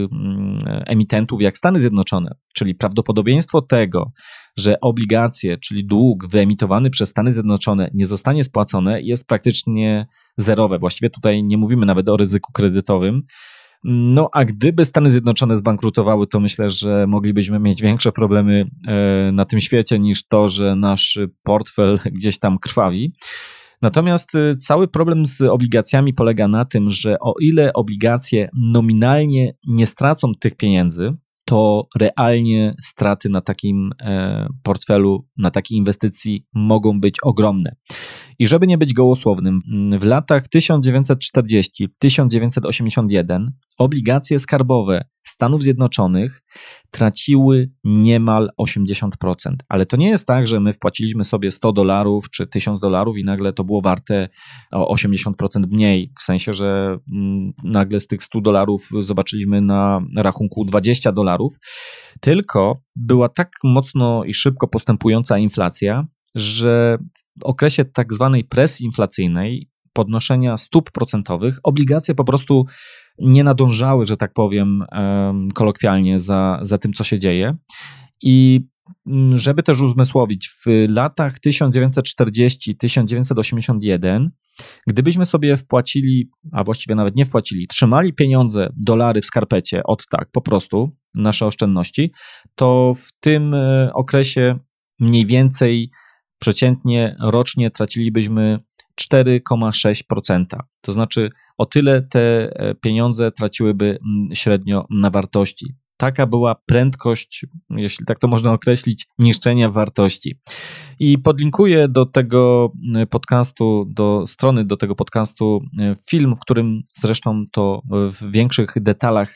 emitentów jak Stany Zjednoczone, czyli prawdopodobieństwo tego, że obligacje, czyli dług wyemitowany przez Stany Zjednoczone nie zostanie spłacone, jest praktycznie zerowe. Właściwie tutaj nie mówimy nawet o ryzyku kredytowym. No a gdyby Stany Zjednoczone zbankrutowały, to myślę, że moglibyśmy mieć większe problemy na tym świecie niż to, że nasz portfel gdzieś tam krwawi. Natomiast cały problem z obligacjami polega na tym, że o ile obligacje nominalnie nie stracą tych pieniędzy, to realnie straty na takim portfelu, na takiej inwestycji mogą być ogromne. I żeby nie być gołosłownym, w latach tysiąc dziewięćset czterdziesty do tysiąc dziewięćset osiemdziesiąt jeden obligacje skarbowe Stanów Zjednoczonych traciły niemal osiemdziesiąt procent. Ale to nie jest tak, że my wpłaciliśmy sobie sto dolarów czy tysiąc dolarów i nagle to było warte o osiemdziesiąt procent mniej. W sensie, że nagle z tych stu dolarów zobaczyliśmy na rachunku dwadzieścia dolarów. Tylko była tak mocno i szybko postępująca inflacja, że w okresie tak zwanej presji inflacyjnej, podnoszenia stóp procentowych, obligacje po prostu nie nadążały, że tak powiem kolokwialnie, za, za tym, co się dzieje. I żeby też uzmysłowić, w latach tysiąc dziewięćset czterdziesty do tysiąc dziewięćset osiemdziesiąt jeden, gdybyśmy sobie wpłacili, a właściwie nawet nie wpłacili, trzymali pieniądze, dolary w skarpecie, od tak, po prostu, nasze oszczędności, to w tym okresie mniej więcej przeciętnie rocznie tracilibyśmy cztery przecinek sześć procent. To znaczy o tyle te pieniądze traciłyby średnio na wartości. Taka była prędkość, jeśli tak to można określić, niszczenia wartości. I podlinkuję do tego podcastu, do strony do tego podcastu film, w którym zresztą to w większych detalach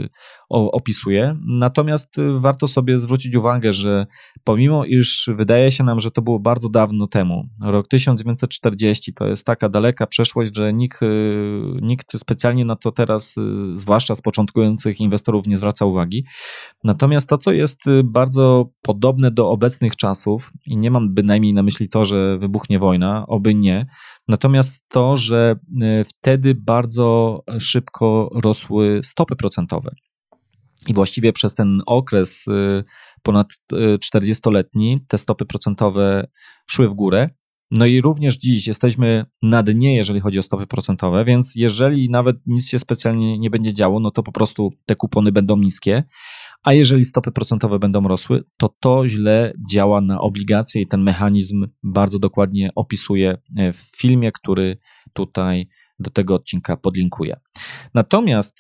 opisuję. Natomiast warto sobie zwrócić uwagę, że pomimo iż wydaje się nam, że to było bardzo dawno temu, rok tysiąc dziewięćset czterdziesty to jest taka daleka przeszłość, że nikt, nikt specjalnie na to teraz, zwłaszcza z początkujących inwestorów, nie zwraca uwagi. Natomiast to, co jest bardzo podobne do obecnych czasów, i nie mam bynajmniej na myśli to, że wybuchnie wojna, oby nie, natomiast to, że wtedy bardzo szybko rosły stopy procentowe. I właściwie przez ten okres ponad czterdziestoletni te stopy procentowe szły w górę. No i również dziś jesteśmy na dnie, jeżeli chodzi o stopy procentowe, więc jeżeli nawet nic się specjalnie nie będzie działo, no to po prostu te kupony będą niskie, a jeżeli stopy procentowe będą rosły, to to źle działa na obligacje i ten mechanizm bardzo dokładnie opisuję w filmie, który tutaj do tego odcinka podlinkuję. Natomiast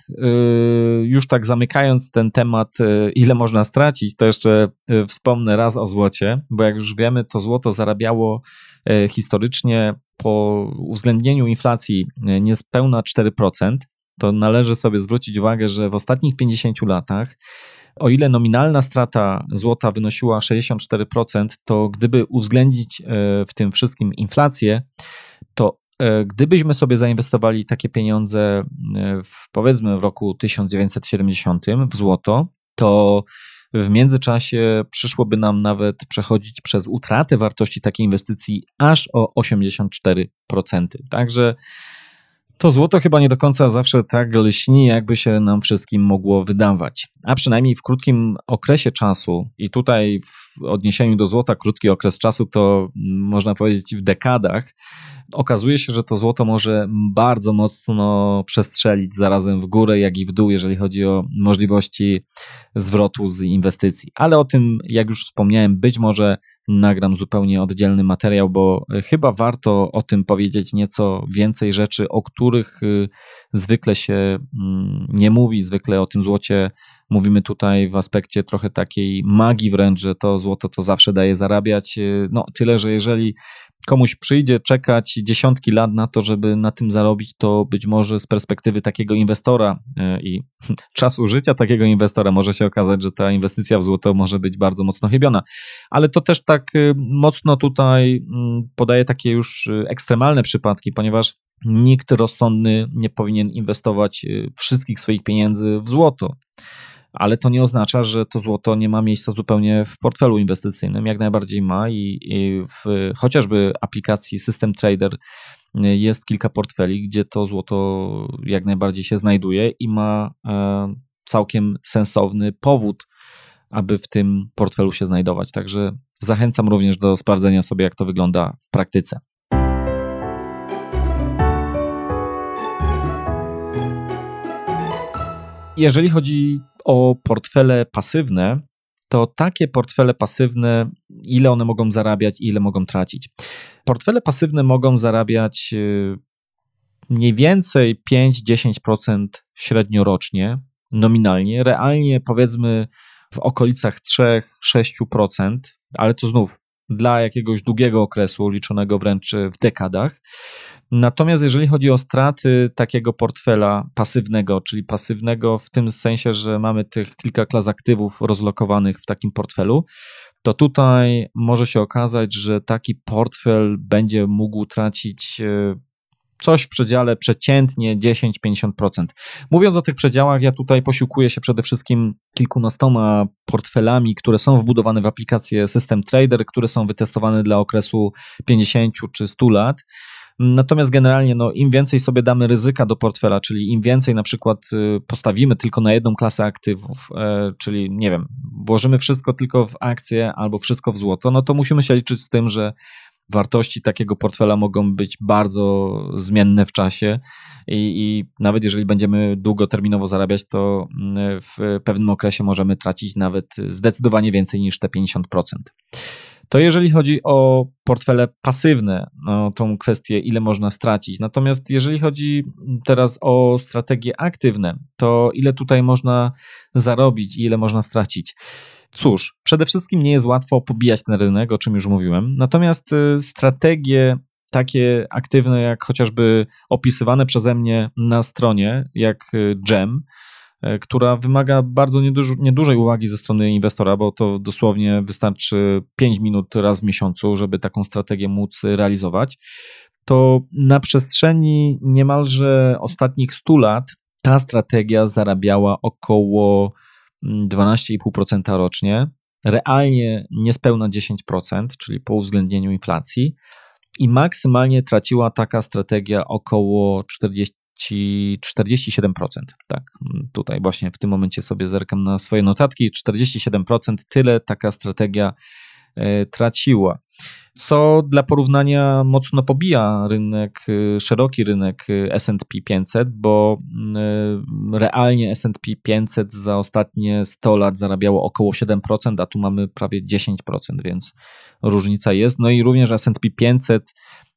już tak zamykając ten temat, ile można stracić, to jeszcze wspomnę raz o złocie, bo jak już wiemy, to złoto zarabiało historycznie po uwzględnieniu inflacji niespełna cztery procent. To należy sobie zwrócić uwagę, że w ostatnich pięćdziesięciu latach, o ile nominalna strata złota wynosiła sześćdziesiąt cztery procent, to gdyby uwzględnić w tym wszystkim inflację, to gdybyśmy sobie zainwestowali takie pieniądze w, powiedzmy w roku tysiąc dziewięćset siedemdziesiątym w złoto, to w międzyczasie przyszłoby nam nawet przechodzić przez utratę wartości takiej inwestycji aż o osiemdziesiąt cztery procent. Także to złoto chyba nie do końca zawsze tak lśni, jakby się nam wszystkim mogło wydawać. A przynajmniej w krótkim okresie czasu, i tutaj odniesieniu do złota krótki okres czasu, to można powiedzieć w dekadach, okazuje się, że to złoto może bardzo mocno przestrzelić zarazem w górę, jak i w dół, jeżeli chodzi o możliwości zwrotu z inwestycji. Ale o tym, jak już wspomniałem, być może nagram zupełnie oddzielny materiał, bo chyba warto o tym powiedzieć nieco więcej rzeczy, o których zwykle się nie mówi. Zwykle o tym złocie mówimy tutaj w aspekcie trochę takiej magii wręcz, że to złoto to zawsze daje zarabiać. No tyle, że jeżeli komuś przyjdzie czekać dziesiątki lat na to, żeby na tym zarobić, to być może z perspektywy takiego inwestora i czasu życia takiego inwestora może się okazać, że ta inwestycja w złoto może być bardzo mocno chybiona. Ale to też tak mocno tutaj podaje takie już ekstremalne przypadki, ponieważ nikt rozsądny nie powinien inwestować wszystkich swoich pieniędzy w złoto. Ale to nie oznacza, że to złoto nie ma miejsca zupełnie w portfelu inwestycyjnym. Jak najbardziej ma i, i w chociażby aplikacji System Trader jest kilka portfeli, gdzie to złoto jak najbardziej się znajduje i ma e, całkiem sensowny powód, aby w tym portfelu się znajdować. Także zachęcam również do sprawdzenia sobie, jak to wygląda w praktyce. Jeżeli chodzi o portfele pasywne, to takie portfele pasywne, ile one mogą zarabiać i ile mogą tracić? Portfele pasywne mogą zarabiać mniej więcej pięć do dziesięciu procent średnio rocznie, nominalnie, realnie powiedzmy w okolicach trzy do sześciu procent, ale to znów dla jakiegoś długiego okresu, liczonego wręcz w dekadach. Natomiast jeżeli chodzi o straty takiego portfela pasywnego, czyli pasywnego w tym sensie, że mamy tych kilka klas aktywów rozlokowanych w takim portfelu, to tutaj może się okazać, że taki portfel będzie mógł tracić coś w przedziale przeciętnie dziesięć do pięćdziesięciu procent. Mówiąc o tych przedziałach, ja tutaj posiłkuję się przede wszystkim kilkunastoma portfelami, które są wbudowane w aplikację System Trader, które są wytestowane dla okresu pięćdziesięciu czy stu lat. Natomiast generalnie no, im więcej sobie damy ryzyka do portfela, czyli im więcej na przykład postawimy tylko na jedną klasę aktywów, e, czyli nie wiem, włożymy wszystko tylko w akcje albo wszystko w złoto, no to musimy się liczyć z tym, że wartości takiego portfela mogą być bardzo zmienne w czasie i, i nawet jeżeli będziemy długoterminowo zarabiać, to w pewnym okresie możemy tracić nawet zdecydowanie więcej niż te pięćdziesiąt procent. To jeżeli chodzi o portfele pasywne, o tą kwestię, ile można stracić. Natomiast jeżeli chodzi teraz o strategie aktywne, to ile tutaj można zarobić i ile można stracić? Cóż, przede wszystkim nie jest łatwo pobijać ten rynek, o czym już mówiłem. Natomiast strategie takie aktywne, jak chociażby opisywane przeze mnie na stronie, jak Gem, która wymaga bardzo nieduż, niedużej uwagi ze strony inwestora, bo to dosłownie wystarczy pięć minut raz w miesiącu, żeby taką strategię móc realizować, to na przestrzeni niemalże ostatnich stu lat ta strategia zarabiała około dwanaście i pół procent rocznie, realnie niespełna dziesięć procent, czyli po uwzględnieniu inflacji i maksymalnie traciła taka strategia około czterdzieści czterdzieści siedem procent. Tak, tutaj właśnie w tym momencie sobie zerkam na swoje notatki. czterdzieści siedem procent tyle taka strategia y, traciła. Co dla porównania mocno pobija rynek, y, szeroki rynek S and P pięćset, bo y, realnie S and P pięćset za ostatnie sto lat zarabiało około siedem procent, a tu mamy prawie dziesięć procent, więc różnica jest. No i również S and P pięćset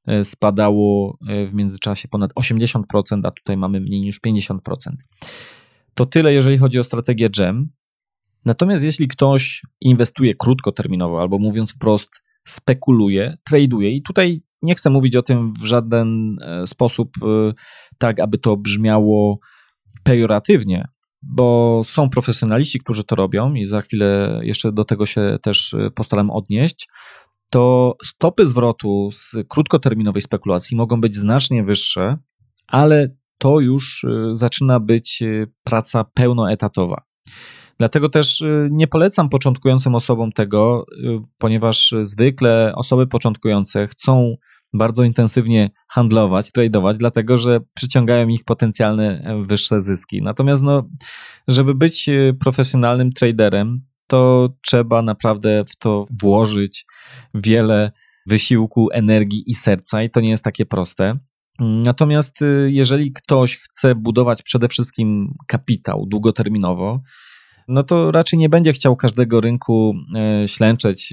spadało w międzyczasie ponad osiemdziesiąt procent, a tutaj mamy mniej niż pięćdziesiąt procent. To tyle, jeżeli chodzi o strategię Gem. Natomiast jeśli ktoś inwestuje krótkoterminowo, albo mówiąc wprost, spekuluje, traduje i tutaj nie chcę mówić o tym w żaden sposób tak, aby to brzmiało pejoratywnie, bo są profesjonaliści, którzy to robią i za chwilę jeszcze do tego się też postaram odnieść, to stopy zwrotu z krótkoterminowej spekulacji mogą być znacznie wyższe, ale to już zaczyna być praca pełnoetatowa. Dlatego też nie polecam początkującym osobom tego, ponieważ zwykle osoby początkujące chcą bardzo intensywnie handlować, tradować, dlatego że przyciągają ich potencjalne wyższe zyski. Natomiast no, żeby być profesjonalnym traderem, to trzeba naprawdę w to włożyć wiele wysiłku, energii i serca i to nie jest takie proste. Natomiast jeżeli ktoś chce budować przede wszystkim kapitał długoterminowo, no to raczej nie będzie chciał każdego rynku ślęczeć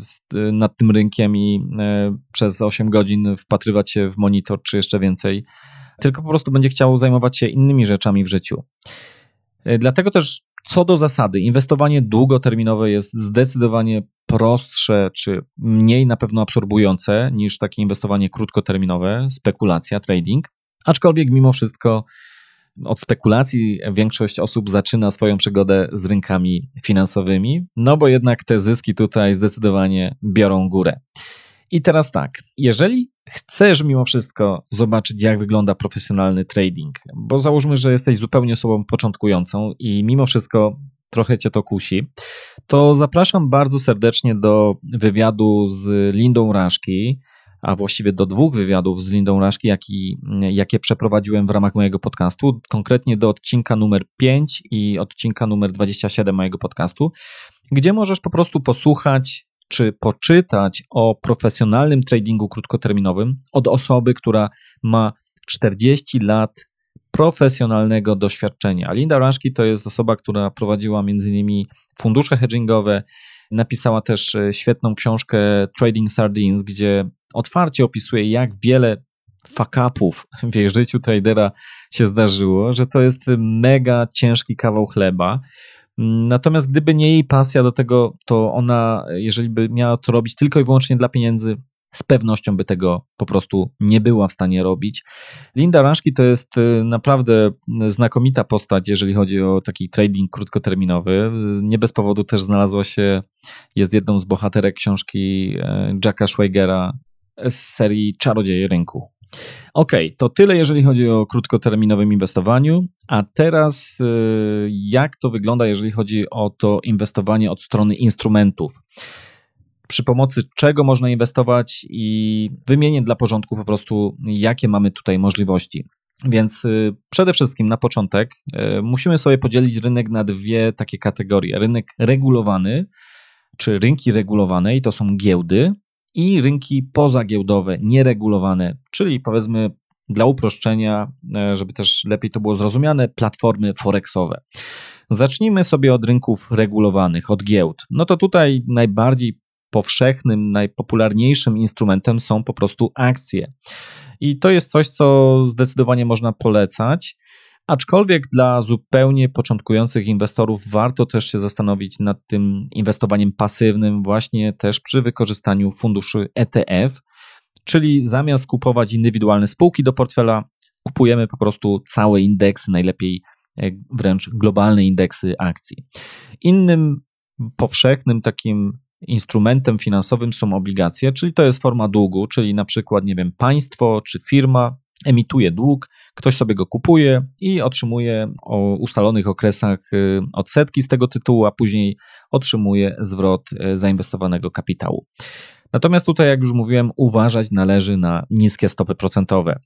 nad tym rynkiem i przez osiem godzin wpatrywać się w monitor czy jeszcze więcej, tylko po prostu będzie chciał zajmować się innymi rzeczami w życiu. Dlatego też co do zasady, inwestowanie długoterminowe jest zdecydowanie prostsze czy mniej na pewno absorbujące niż takie inwestowanie krótkoterminowe, spekulacja, trading. Aczkolwiek mimo wszystko od spekulacji większość osób zaczyna swoją przygodę z rynkami finansowymi, no bo jednak te zyski tutaj zdecydowanie biorą górę. I teraz tak, jeżeli chcesz mimo wszystko zobaczyć, jak wygląda profesjonalny trading, bo załóżmy, że jesteś zupełnie osobą początkującą i mimo wszystko trochę cię to kusi, to zapraszam bardzo serdecznie do wywiadu z Lindą Raszki, a właściwie do dwóch wywiadów z Lindą Raszki, jaki, jakie przeprowadziłem w ramach mojego podcastu, konkretnie do odcinka numer pięć i odcinka numer dwadzieścia siedem mojego podcastu, gdzie możesz po prostu posłuchać czy poczytać o profesjonalnym tradingu krótkoterminowym od osoby, która ma czterdzieści lat profesjonalnego doświadczenia. Linda Raszki to jest osoba, która prowadziła między innymi fundusze hedgingowe, napisała też świetną książkę Trading Sardines, gdzie otwarcie opisuje, jak wiele fuck-upów w jej życiu tradera się zdarzyło, że to jest mega ciężki kawał chleba. Natomiast gdyby nie jej pasja do tego, to ona, jeżeli by miała to robić tylko i wyłącznie dla pieniędzy, z pewnością by tego po prostu nie była w stanie robić. Linda Raszki to jest naprawdę znakomita postać, jeżeli chodzi o taki trading krótkoterminowy. Nie bez powodu też znalazła się, jest jedną z bohaterek książki Jacka Schwaigera z serii Czarodzieje rynku. Ok, to tyle jeżeli chodzi o krótkoterminowym inwestowaniu, a teraz jak to wygląda, jeżeli chodzi o to inwestowanie od strony instrumentów? Przy pomocy czego można inwestować i wymienię dla porządku po prostu, jakie mamy tutaj możliwości. Więc przede wszystkim na początek musimy sobie podzielić rynek na dwie takie kategorie. Rynek regulowany, czy rynki regulowane i to są giełdy, i rynki pozagiełdowe, nieregulowane, czyli powiedzmy dla uproszczenia, żeby też lepiej to było zrozumiane, platformy forexowe. Zacznijmy sobie od rynków regulowanych, od giełd. No to tutaj najbardziej powszechnym, najpopularniejszym instrumentem są po prostu akcje. I to jest coś, co zdecydowanie można polecać, aczkolwiek dla zupełnie początkujących inwestorów warto też się zastanowić nad tym inwestowaniem pasywnym właśnie też przy wykorzystaniu funduszy E T F, czyli zamiast kupować indywidualne spółki do portfela, kupujemy po prostu całe indeksy, najlepiej wręcz globalne indeksy akcji. Innym powszechnym takim instrumentem finansowym są obligacje, czyli to jest forma długu, czyli na przykład, nie wiem, państwo czy firma emituje dług, ktoś sobie go kupuje i otrzymuje o ustalonych okresach odsetki z tego tytułu, a później otrzymuje zwrot zainwestowanego kapitału. Natomiast tutaj, jak już mówiłem, uważać należy na niskie stopy procentowe.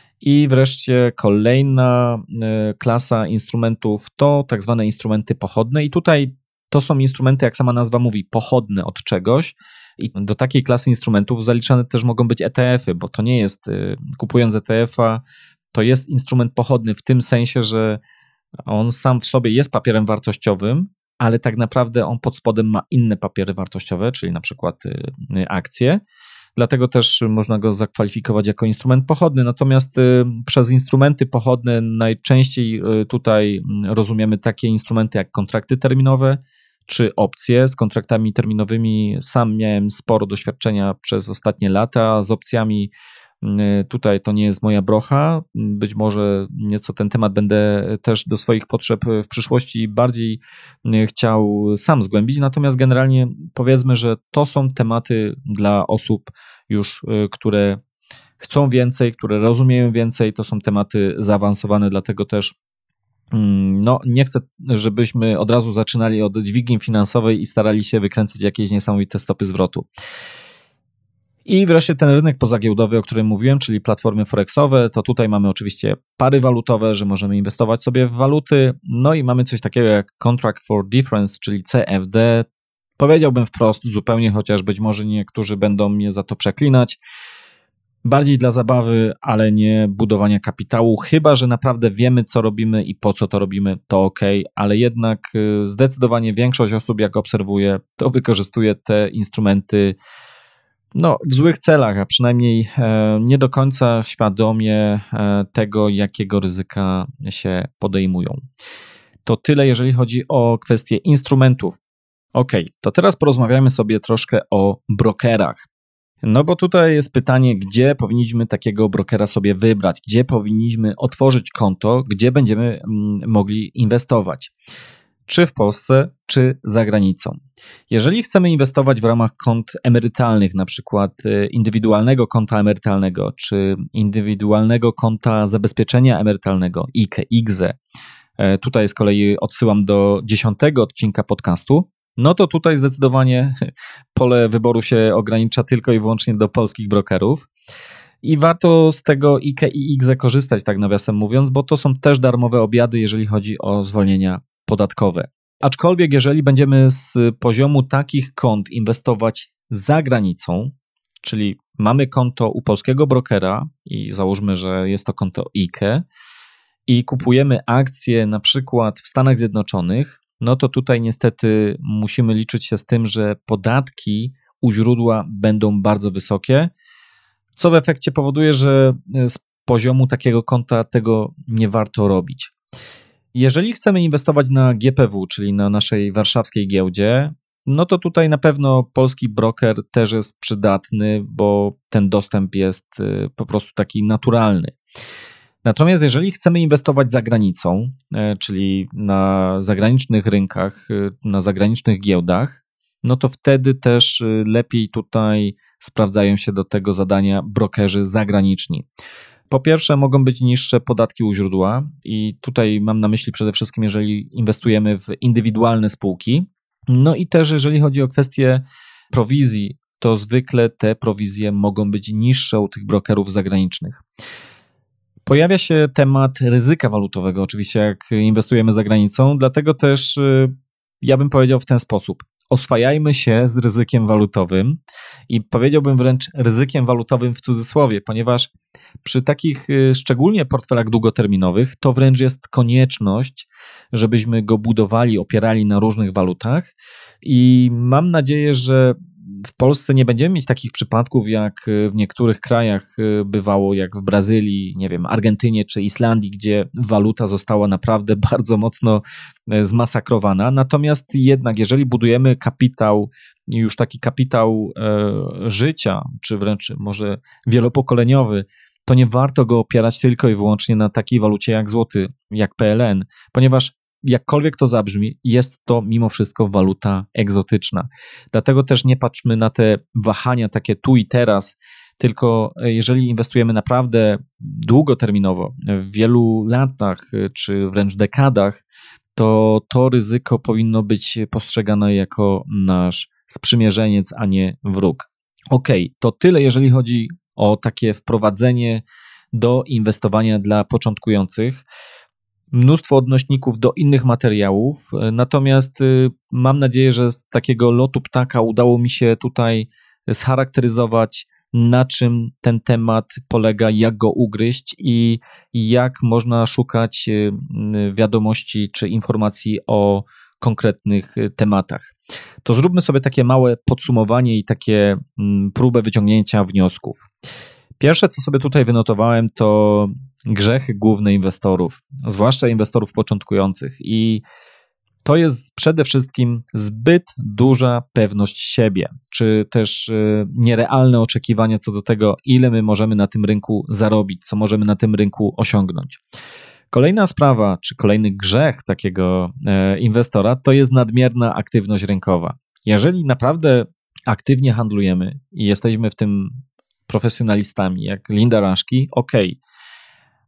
I wreszcie kolejna klasa instrumentów to tak zwane instrumenty pochodne i tutaj to są instrumenty, jak sama nazwa mówi, pochodne od czegoś i do takiej klasy instrumentów zaliczane też mogą być E T F-y, bo to nie jest, kupując E T F-a, to jest instrument pochodny w tym sensie, że on sam w sobie jest papierem wartościowym, ale tak naprawdę on pod spodem ma inne papiery wartościowe, czyli na przykład akcje, dlatego też można go zakwalifikować jako instrument pochodny, natomiast przez instrumenty pochodne najczęściej tutaj rozumiemy takie instrumenty jak kontrakty terminowe, czy opcje. Z kontraktami terminowymi sam miałem sporo doświadczenia przez ostatnie lata, z opcjami tutaj to nie jest moja brocha, być może nieco ten temat będę też do swoich potrzeb w przyszłości bardziej chciał sam zgłębić, natomiast generalnie powiedzmy, że to są tematy dla osób już, które chcą więcej, które rozumieją więcej, to są tematy zaawansowane, dlatego też no, nie chcę, żebyśmy od razu zaczynali od dźwigni finansowej i starali się wykręcić jakieś niesamowite stopy zwrotu. I wreszcie ten rynek pozagiełdowy, o którym mówiłem, czyli platformy forexowe, to tutaj mamy oczywiście pary walutowe, że możemy inwestować sobie w waluty, no i mamy coś takiego jak Contract for Difference, czyli C F D. Powiedziałbym wprost zupełnie, chociaż być może niektórzy będą mnie za to przeklinać. Bardziej dla zabawy, ale nie budowania kapitału, chyba że naprawdę wiemy, co robimy i po co to robimy, to ok, ale jednak zdecydowanie większość osób, jak obserwuję, to wykorzystuje te instrumenty no, w złych celach, a przynajmniej e, nie do końca świadomie e, tego, jakiego ryzyka się podejmują. To tyle, jeżeli chodzi o kwestie instrumentów. Ok, to teraz porozmawiamy sobie troszkę o brokerach. No bo tutaj jest pytanie, gdzie powinniśmy takiego brokera sobie wybrać, gdzie powinniśmy otworzyć konto, gdzie będziemy mogli inwestować. Czy w Polsce, czy za granicą. Jeżeli chcemy inwestować w ramach kont emerytalnych, na przykład indywidualnego konta emerytalnego, czy indywidualnego konta zabezpieczenia emerytalnego, I K E, I G Z E, tutaj z kolei odsyłam do dziesiątego odcinka podcastu, no to tutaj zdecydowanie pole wyboru się ogranicza tylko i wyłącznie do polskich brokerów. I warto z tego I K E i I G Z E korzystać, tak nawiasem mówiąc, bo to są też darmowe obiady, jeżeli chodzi o zwolnienia podatkowe. Aczkolwiek jeżeli będziemy z poziomu takich kont inwestować za granicą, czyli mamy konto u polskiego brokera i załóżmy, że jest to konto I K E i kupujemy akcje na przykład w Stanach Zjednoczonych, no to tutaj niestety musimy liczyć się z tym, że podatki u źródła będą bardzo wysokie, co w efekcie powoduje, że z poziomu takiego konta tego nie warto robić. Jeżeli chcemy inwestować na G P W, czyli na naszej warszawskiej giełdzie, no to tutaj na pewno polski broker też jest przydatny, bo ten dostęp jest po prostu taki naturalny. Natomiast jeżeli chcemy inwestować za granicą, czyli na zagranicznych rynkach, na zagranicznych giełdach, no to wtedy też lepiej tutaj sprawdzają się do tego zadania brokerzy zagraniczni. Po pierwsze, mogą być niższe podatki u źródła i tutaj mam na myśli przede wszystkim, jeżeli inwestujemy w indywidualne spółki. No i też jeżeli chodzi o kwestię prowizji, to zwykle te prowizje mogą być niższe u tych brokerów zagranicznych. Pojawia się temat ryzyka walutowego, oczywiście jak inwestujemy za granicą, dlatego też ja bym powiedział w ten sposób. Oswajajmy się z ryzykiem walutowym i powiedziałbym wręcz ryzykiem walutowym w cudzysłowie, ponieważ przy takich szczególnie portfelach długoterminowych to wręcz jest konieczność, żebyśmy go budowali, opierali na różnych walutach i mam nadzieję, że w Polsce nie będziemy mieć takich przypadków, jak w niektórych krajach bywało, jak w Brazylii, nie wiem, Argentynie czy Islandii, gdzie waluta została naprawdę bardzo mocno zmasakrowana. Natomiast jednak, jeżeli budujemy kapitał, już taki kapitał e, życia, czy wręcz może wielopokoleniowy, to nie warto go opierać tylko i wyłącznie na takiej walucie jak złoty, jak P L N, ponieważ jakkolwiek to zabrzmi, jest to mimo wszystko waluta egzotyczna. Dlatego też nie patrzmy na te wahania takie tu i teraz, tylko jeżeli inwestujemy naprawdę długoterminowo, w wielu latach czy wręcz dekadach, to to ryzyko powinno być postrzegane jako nasz sprzymierzeniec, a nie wróg. Ok, to tyle jeżeli chodzi o takie wprowadzenie do inwestowania dla początkujących. Mnóstwo odnośników do innych materiałów, natomiast mam nadzieję, że z takiego lotu ptaka udało mi się tutaj scharakteryzować, na czym ten temat polega, jak go ugryźć i jak można szukać wiadomości czy informacji o konkretnych tematach. To zróbmy sobie takie małe podsumowanie i takie próbę wyciągnięcia wniosków. Pierwsze, co sobie tutaj wynotowałem, to grzechy główne inwestorów, zwłaszcza inwestorów początkujących i to jest przede wszystkim zbyt duża pewność siebie, czy też nierealne oczekiwania co do tego, ile my możemy na tym rynku zarobić, co możemy na tym rynku osiągnąć. Kolejna sprawa, czy kolejny grzech takiego inwestora, to jest nadmierna aktywność rynkowa. Jeżeli naprawdę aktywnie handlujemy i jesteśmy w tym profesjonalistami, jak Linda Raszki, ok,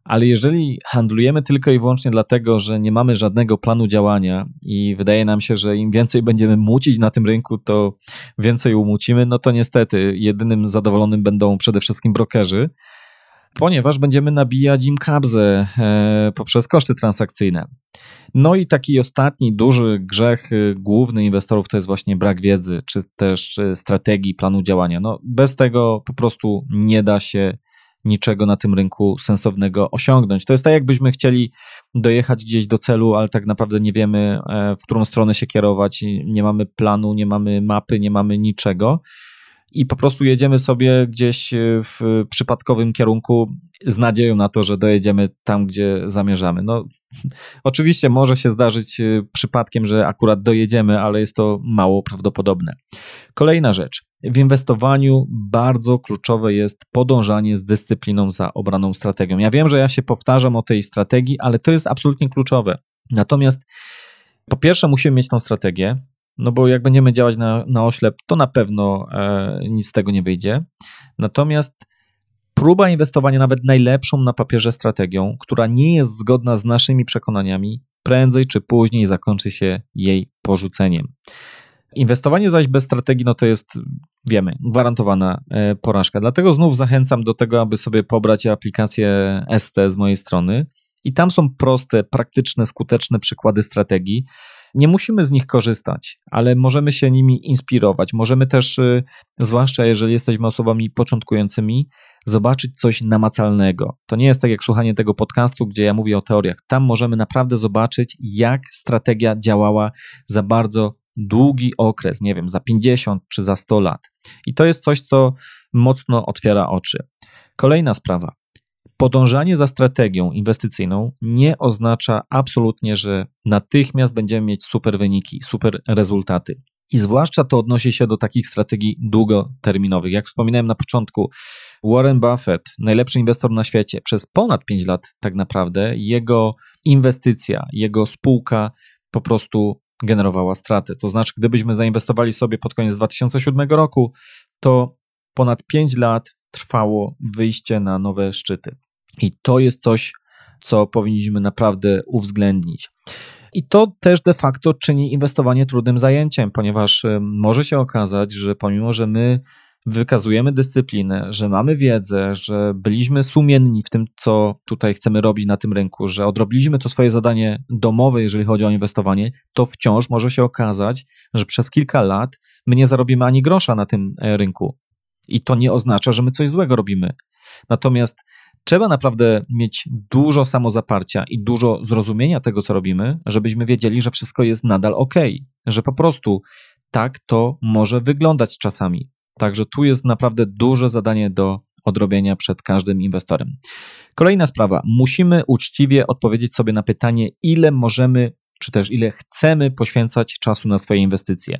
Ale jeżeli handlujemy tylko i wyłącznie dlatego, że nie mamy żadnego planu działania i wydaje nam się, że im więcej będziemy mucić na tym rynku, to więcej umucimy, no to niestety jedynym zadowolonym będą przede wszystkim brokerzy, ponieważ będziemy nabijać im kabzę e, poprzez koszty transakcyjne. No i taki ostatni duży grzech e, główny inwestorów to jest właśnie brak wiedzy, czy też e, strategii, planu działania. No, bez tego po prostu nie da się niczego na tym rynku sensownego osiągnąć. To jest tak, jakbyśmy chcieli dojechać gdzieś do celu, ale tak naprawdę nie wiemy, e, w którą stronę się kierować, nie mamy planu, nie mamy mapy, nie mamy niczego. I po prostu jedziemy sobie gdzieś w przypadkowym kierunku z nadzieją na to, że dojedziemy tam, gdzie zamierzamy. No, oczywiście może się zdarzyć przypadkiem, że akurat dojedziemy, ale jest to mało prawdopodobne. Kolejna rzecz. W inwestowaniu bardzo kluczowe jest podążanie z dyscypliną za obraną strategią. Ja wiem, że ja się powtarzam o tej strategii, ale to jest absolutnie kluczowe. Natomiast po pierwsze musimy mieć tą strategię, no bo jak będziemy działać na, na oślep, to na pewno e, nic z tego nie wyjdzie. Natomiast próba inwestowania nawet najlepszą na papierze strategią, która nie jest zgodna z naszymi przekonaniami, prędzej czy później zakończy się jej porzuceniem. Inwestowanie zaś bez strategii, no to jest, wiemy, gwarantowana e, porażka. Dlatego znów zachęcam do tego, aby sobie pobrać aplikację S T z mojej strony i tam są proste, praktyczne, skuteczne przykłady strategii. Nie musimy z nich korzystać, ale możemy się nimi inspirować. Możemy też, zwłaszcza jeżeli jesteśmy osobami początkującymi, zobaczyć coś namacalnego. To nie jest tak jak słuchanie tego podcastu, gdzie ja mówię o teoriach. Tam możemy naprawdę zobaczyć, jak strategia działała za bardzo długi okres, nie wiem, za pięćdziesiąt czy za sto lat. I to jest coś, co mocno otwiera oczy. Kolejna sprawa. Podążanie za strategią inwestycyjną nie oznacza absolutnie, że natychmiast będziemy mieć super wyniki, super rezultaty. I zwłaszcza to odnosi się do takich strategii długoterminowych. Jak wspominałem na początku, Warren Buffett, najlepszy inwestor na świecie, przez ponad pięć lat tak naprawdę jego inwestycja, jego spółka po prostu generowała straty. To znaczy, gdybyśmy zainwestowali sobie pod koniec dwa tysiące siódmego roku, to ponad pięć lat trwało wyjście na nowe szczyty. I to jest coś, co powinniśmy naprawdę uwzględnić. I to też de facto czyni inwestowanie trudnym zajęciem, ponieważ może się okazać, że pomimo, że my wykazujemy dyscyplinę, że mamy wiedzę, że byliśmy sumienni w tym, co tutaj chcemy robić na tym rynku, że odrobiliśmy to swoje zadanie domowe, jeżeli chodzi o inwestowanie, to wciąż może się okazać, że przez kilka lat my nie zarobimy ani grosza na tym rynku. I to nie oznacza, że my coś złego robimy. Natomiast trzeba naprawdę mieć dużo samozaparcia i dużo zrozumienia tego, co robimy, żebyśmy wiedzieli, że wszystko jest nadal ok, że po prostu tak to może wyglądać czasami. Także tu jest naprawdę duże zadanie do odrobienia przed każdym inwestorem. Kolejna sprawa. Musimy uczciwie odpowiedzieć sobie na pytanie, ile możemy, czy też ile chcemy poświęcać czasu na swoje inwestycje.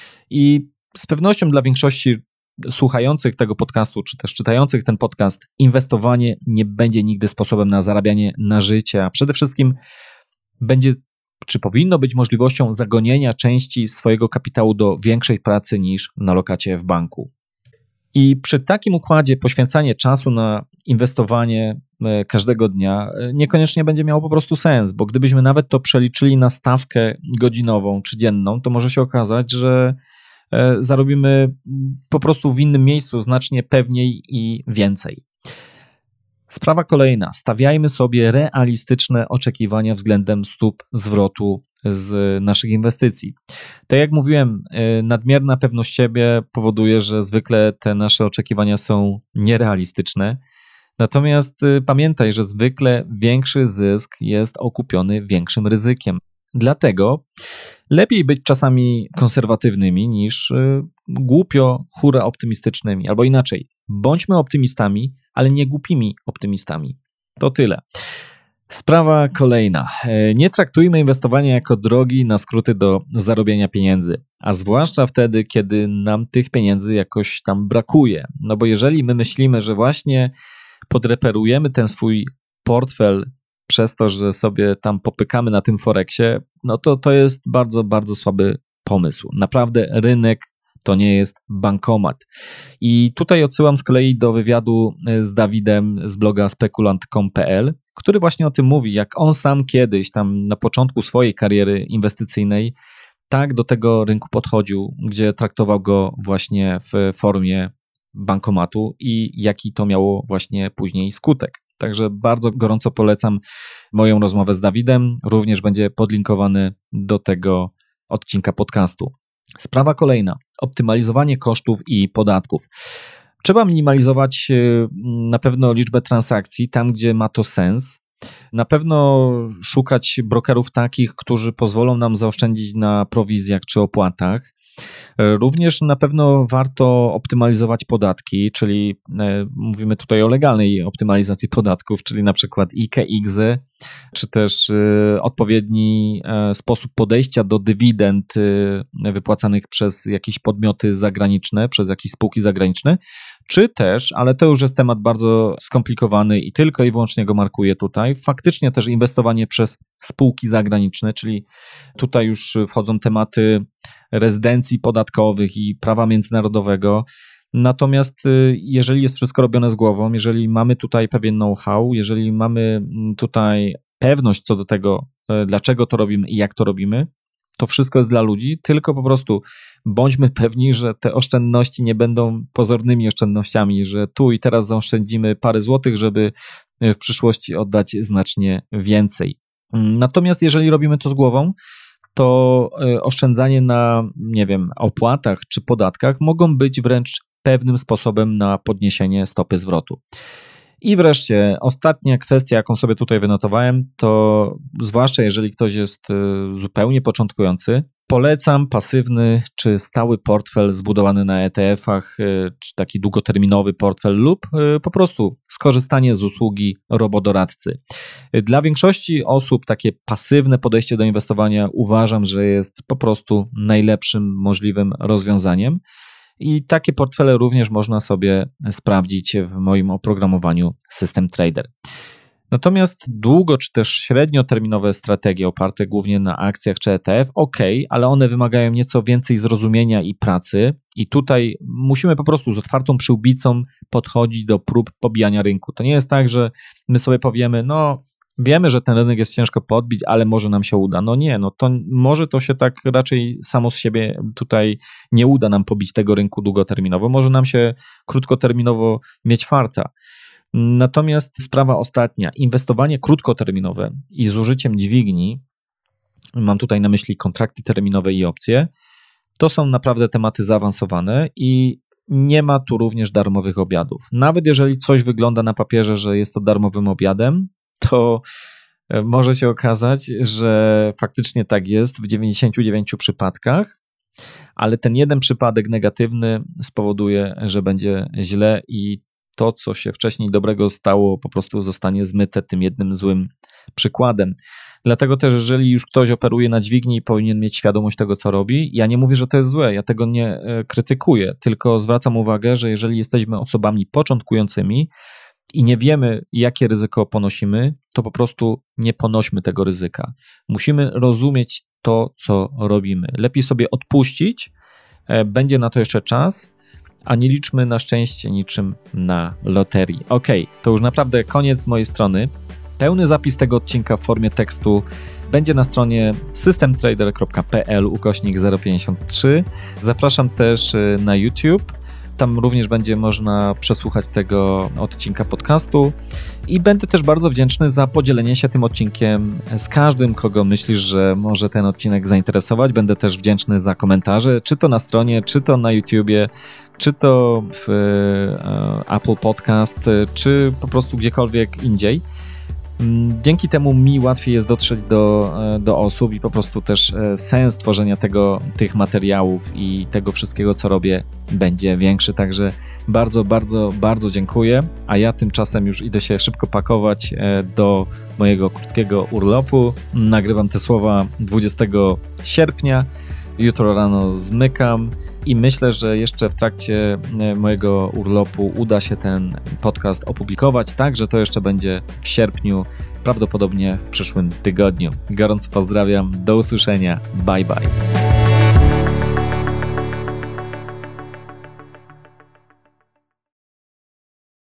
I z pewnością dla większości słuchających tego podcastu, czy też czytających ten podcast, inwestowanie nie będzie nigdy sposobem na zarabianie na życie, a przede wszystkim będzie, czy powinno być możliwością zagonienia części swojego kapitału do większej pracy niż na lokacie w banku. I przy takim układzie poświęcanie czasu na inwestowanie każdego dnia niekoniecznie będzie miało po prostu sens, bo gdybyśmy nawet to przeliczyli na stawkę godzinową czy dzienną, to może się okazać, że zarobimy po prostu w innym miejscu znacznie pewniej i więcej. Sprawa kolejna. Stawiajmy sobie realistyczne oczekiwania względem stóp zwrotu z naszych inwestycji. Tak jak mówiłem, nadmierna pewność siebie powoduje, że zwykle te nasze oczekiwania są nierealistyczne. Natomiast pamiętaj, że zwykle większy zysk jest okupiony większym ryzykiem. Dlatego lepiej być czasami konserwatywnymi niż głupio, hura optymistycznymi. Albo inaczej, bądźmy optymistami, ale nie głupimi optymistami. To tyle. Sprawa kolejna. Nie traktujmy inwestowania jako drogi na skróty do zarobienia pieniędzy, a zwłaszcza wtedy, kiedy nam tych pieniędzy jakoś tam brakuje. No bo jeżeli my myślimy, że właśnie podreperujemy ten swój portfel przez to, że sobie tam popykamy na tym Forexie, no to to jest bardzo, bardzo słaby pomysł. Naprawdę rynek to nie jest bankomat. I tutaj odsyłam z kolei do wywiadu z Dawidem z bloga spekulant kropka com kropka p l, który właśnie o tym mówi, jak on sam kiedyś tam na początku swojej kariery inwestycyjnej tak do tego rynku podchodził, gdzie traktował go właśnie w formie bankomatu i jaki to miało właśnie później skutek. Także bardzo gorąco polecam moją rozmowę z Dawidem, również będzie podlinkowany do tego odcinka podcastu. Sprawa kolejna, optymalizowanie kosztów i podatków. Trzeba minimalizować na pewno liczbę transakcji tam, gdzie ma to sens. Na pewno szukać brokerów takich, którzy pozwolą nam zaoszczędzić na prowizjach czy opłatach. Również na pewno warto optymalizować podatki, czyli mówimy tutaj o legalnej optymalizacji podatków, czyli na przykład I K E, I K Z Y, czy też odpowiedni sposób podejścia do dywidend wypłacanych przez jakieś podmioty zagraniczne, przez jakieś spółki zagraniczne, czy też, ale to już jest temat bardzo skomplikowany i tylko i wyłącznie go markuję tutaj, faktycznie też inwestowanie przez spółki zagraniczne, czyli tutaj już wchodzą tematy rezydencji podatkowych i prawa międzynarodowego. Natomiast jeżeli jest wszystko robione z głową, jeżeli mamy tutaj pewien know-how, jeżeli mamy tutaj pewność co do tego, dlaczego to robimy i jak to robimy, to wszystko jest dla ludzi, tylko po prostu bądźmy pewni, że te oszczędności nie będą pozornymi oszczędnościami, że tu i teraz zaoszczędzimy parę złotych, żeby w przyszłości oddać znacznie więcej. Natomiast jeżeli robimy to z głową, to oszczędzanie na, nie wiem, opłatach czy podatkach mogą być wręcz pewnym sposobem na podniesienie stopy zwrotu. I wreszcie ostatnia kwestia, jaką sobie tutaj wynotowałem, to zwłaszcza jeżeli ktoś jest zupełnie początkujący, polecam pasywny czy stały portfel zbudowany na E T F-ach, czy taki długoterminowy portfel lub po prostu skorzystanie z usługi robodoradcy. Dla większości osób takie pasywne podejście do inwestowania uważam, że jest po prostu najlepszym możliwym rozwiązaniem. I takie portfele również można sobie sprawdzić w moim oprogramowaniu System Trader. Natomiast długo czy też średnioterminowe strategie oparte głównie na akcjach czy E T F, ok, ale one wymagają nieco więcej zrozumienia i pracy i tutaj musimy po prostu z otwartą przyłbicą podchodzić do prób pobijania rynku. To nie jest tak, że my sobie powiemy, no wiemy, że ten rynek jest ciężko podbić, ale może nam się uda. No nie, no to może to się tak raczej samo z siebie tutaj nie uda nam pobić tego rynku długoterminowo. Może nam się krótkoterminowo mieć farta. Natomiast sprawa ostatnia, inwestowanie krótkoterminowe i z użyciem dźwigni, mam tutaj na myśli kontrakty terminowe i opcje, to są naprawdę tematy zaawansowane i nie ma tu również darmowych obiadów. Nawet jeżeli coś wygląda na papierze, że jest to darmowym obiadem, to może się okazać, że faktycznie tak jest w dziewięćdziesięciu dziewięciu przypadkach, ale ten jeden przypadek negatywny spowoduje, że będzie źle i to, co się wcześniej dobrego stało, po prostu zostanie zmyte tym jednym złym przykładem. Dlatego też, jeżeli już ktoś operuje na dźwigni, powinien mieć świadomość tego, co robi. Ja nie mówię, że to jest złe, ja tego nie krytykuję, tylko zwracam uwagę, że jeżeli jesteśmy osobami początkującymi i nie wiemy, jakie ryzyko ponosimy, to po prostu nie ponośmy tego ryzyka. Musimy rozumieć to, co robimy. Lepiej sobie odpuścić, będzie na to jeszcze czas, a nie liczmy na szczęście niczym na loterii. Ok, to już naprawdę koniec z mojej strony. Pełny zapis tego odcinka w formie tekstu będzie na stronie systemtrader kropka p l ukośnik zero pięćdziesiąt trzy. Zapraszam też na YouTube. Tam również będzie można przesłuchać tego odcinka podcastu i będę też bardzo wdzięczny za podzielenie się tym odcinkiem z każdym, kogo myślisz, że może ten odcinek zainteresować. Będę też wdzięczny za komentarze, czy to na stronie, czy to na YouTubie, czy to w Apple Podcast, czy po prostu gdziekolwiek indziej. Dzięki temu mi łatwiej jest dotrzeć do, do osób i po prostu też sens tworzenia tego, tych materiałów i tego wszystkiego, co robię, będzie większy. Także bardzo, bardzo, bardzo dziękuję, a ja tymczasem już idę się szybko pakować do mojego krótkiego urlopu. Nagrywam te słowa dwudziestego sierpnia, jutro rano zmykam i myślę, że jeszcze w trakcie mojego urlopu uda się ten podcast opublikować, tak, że to jeszcze będzie w sierpniu, prawdopodobnie w przyszłym tygodniu. Gorąco pozdrawiam, do usłyszenia, bye bye.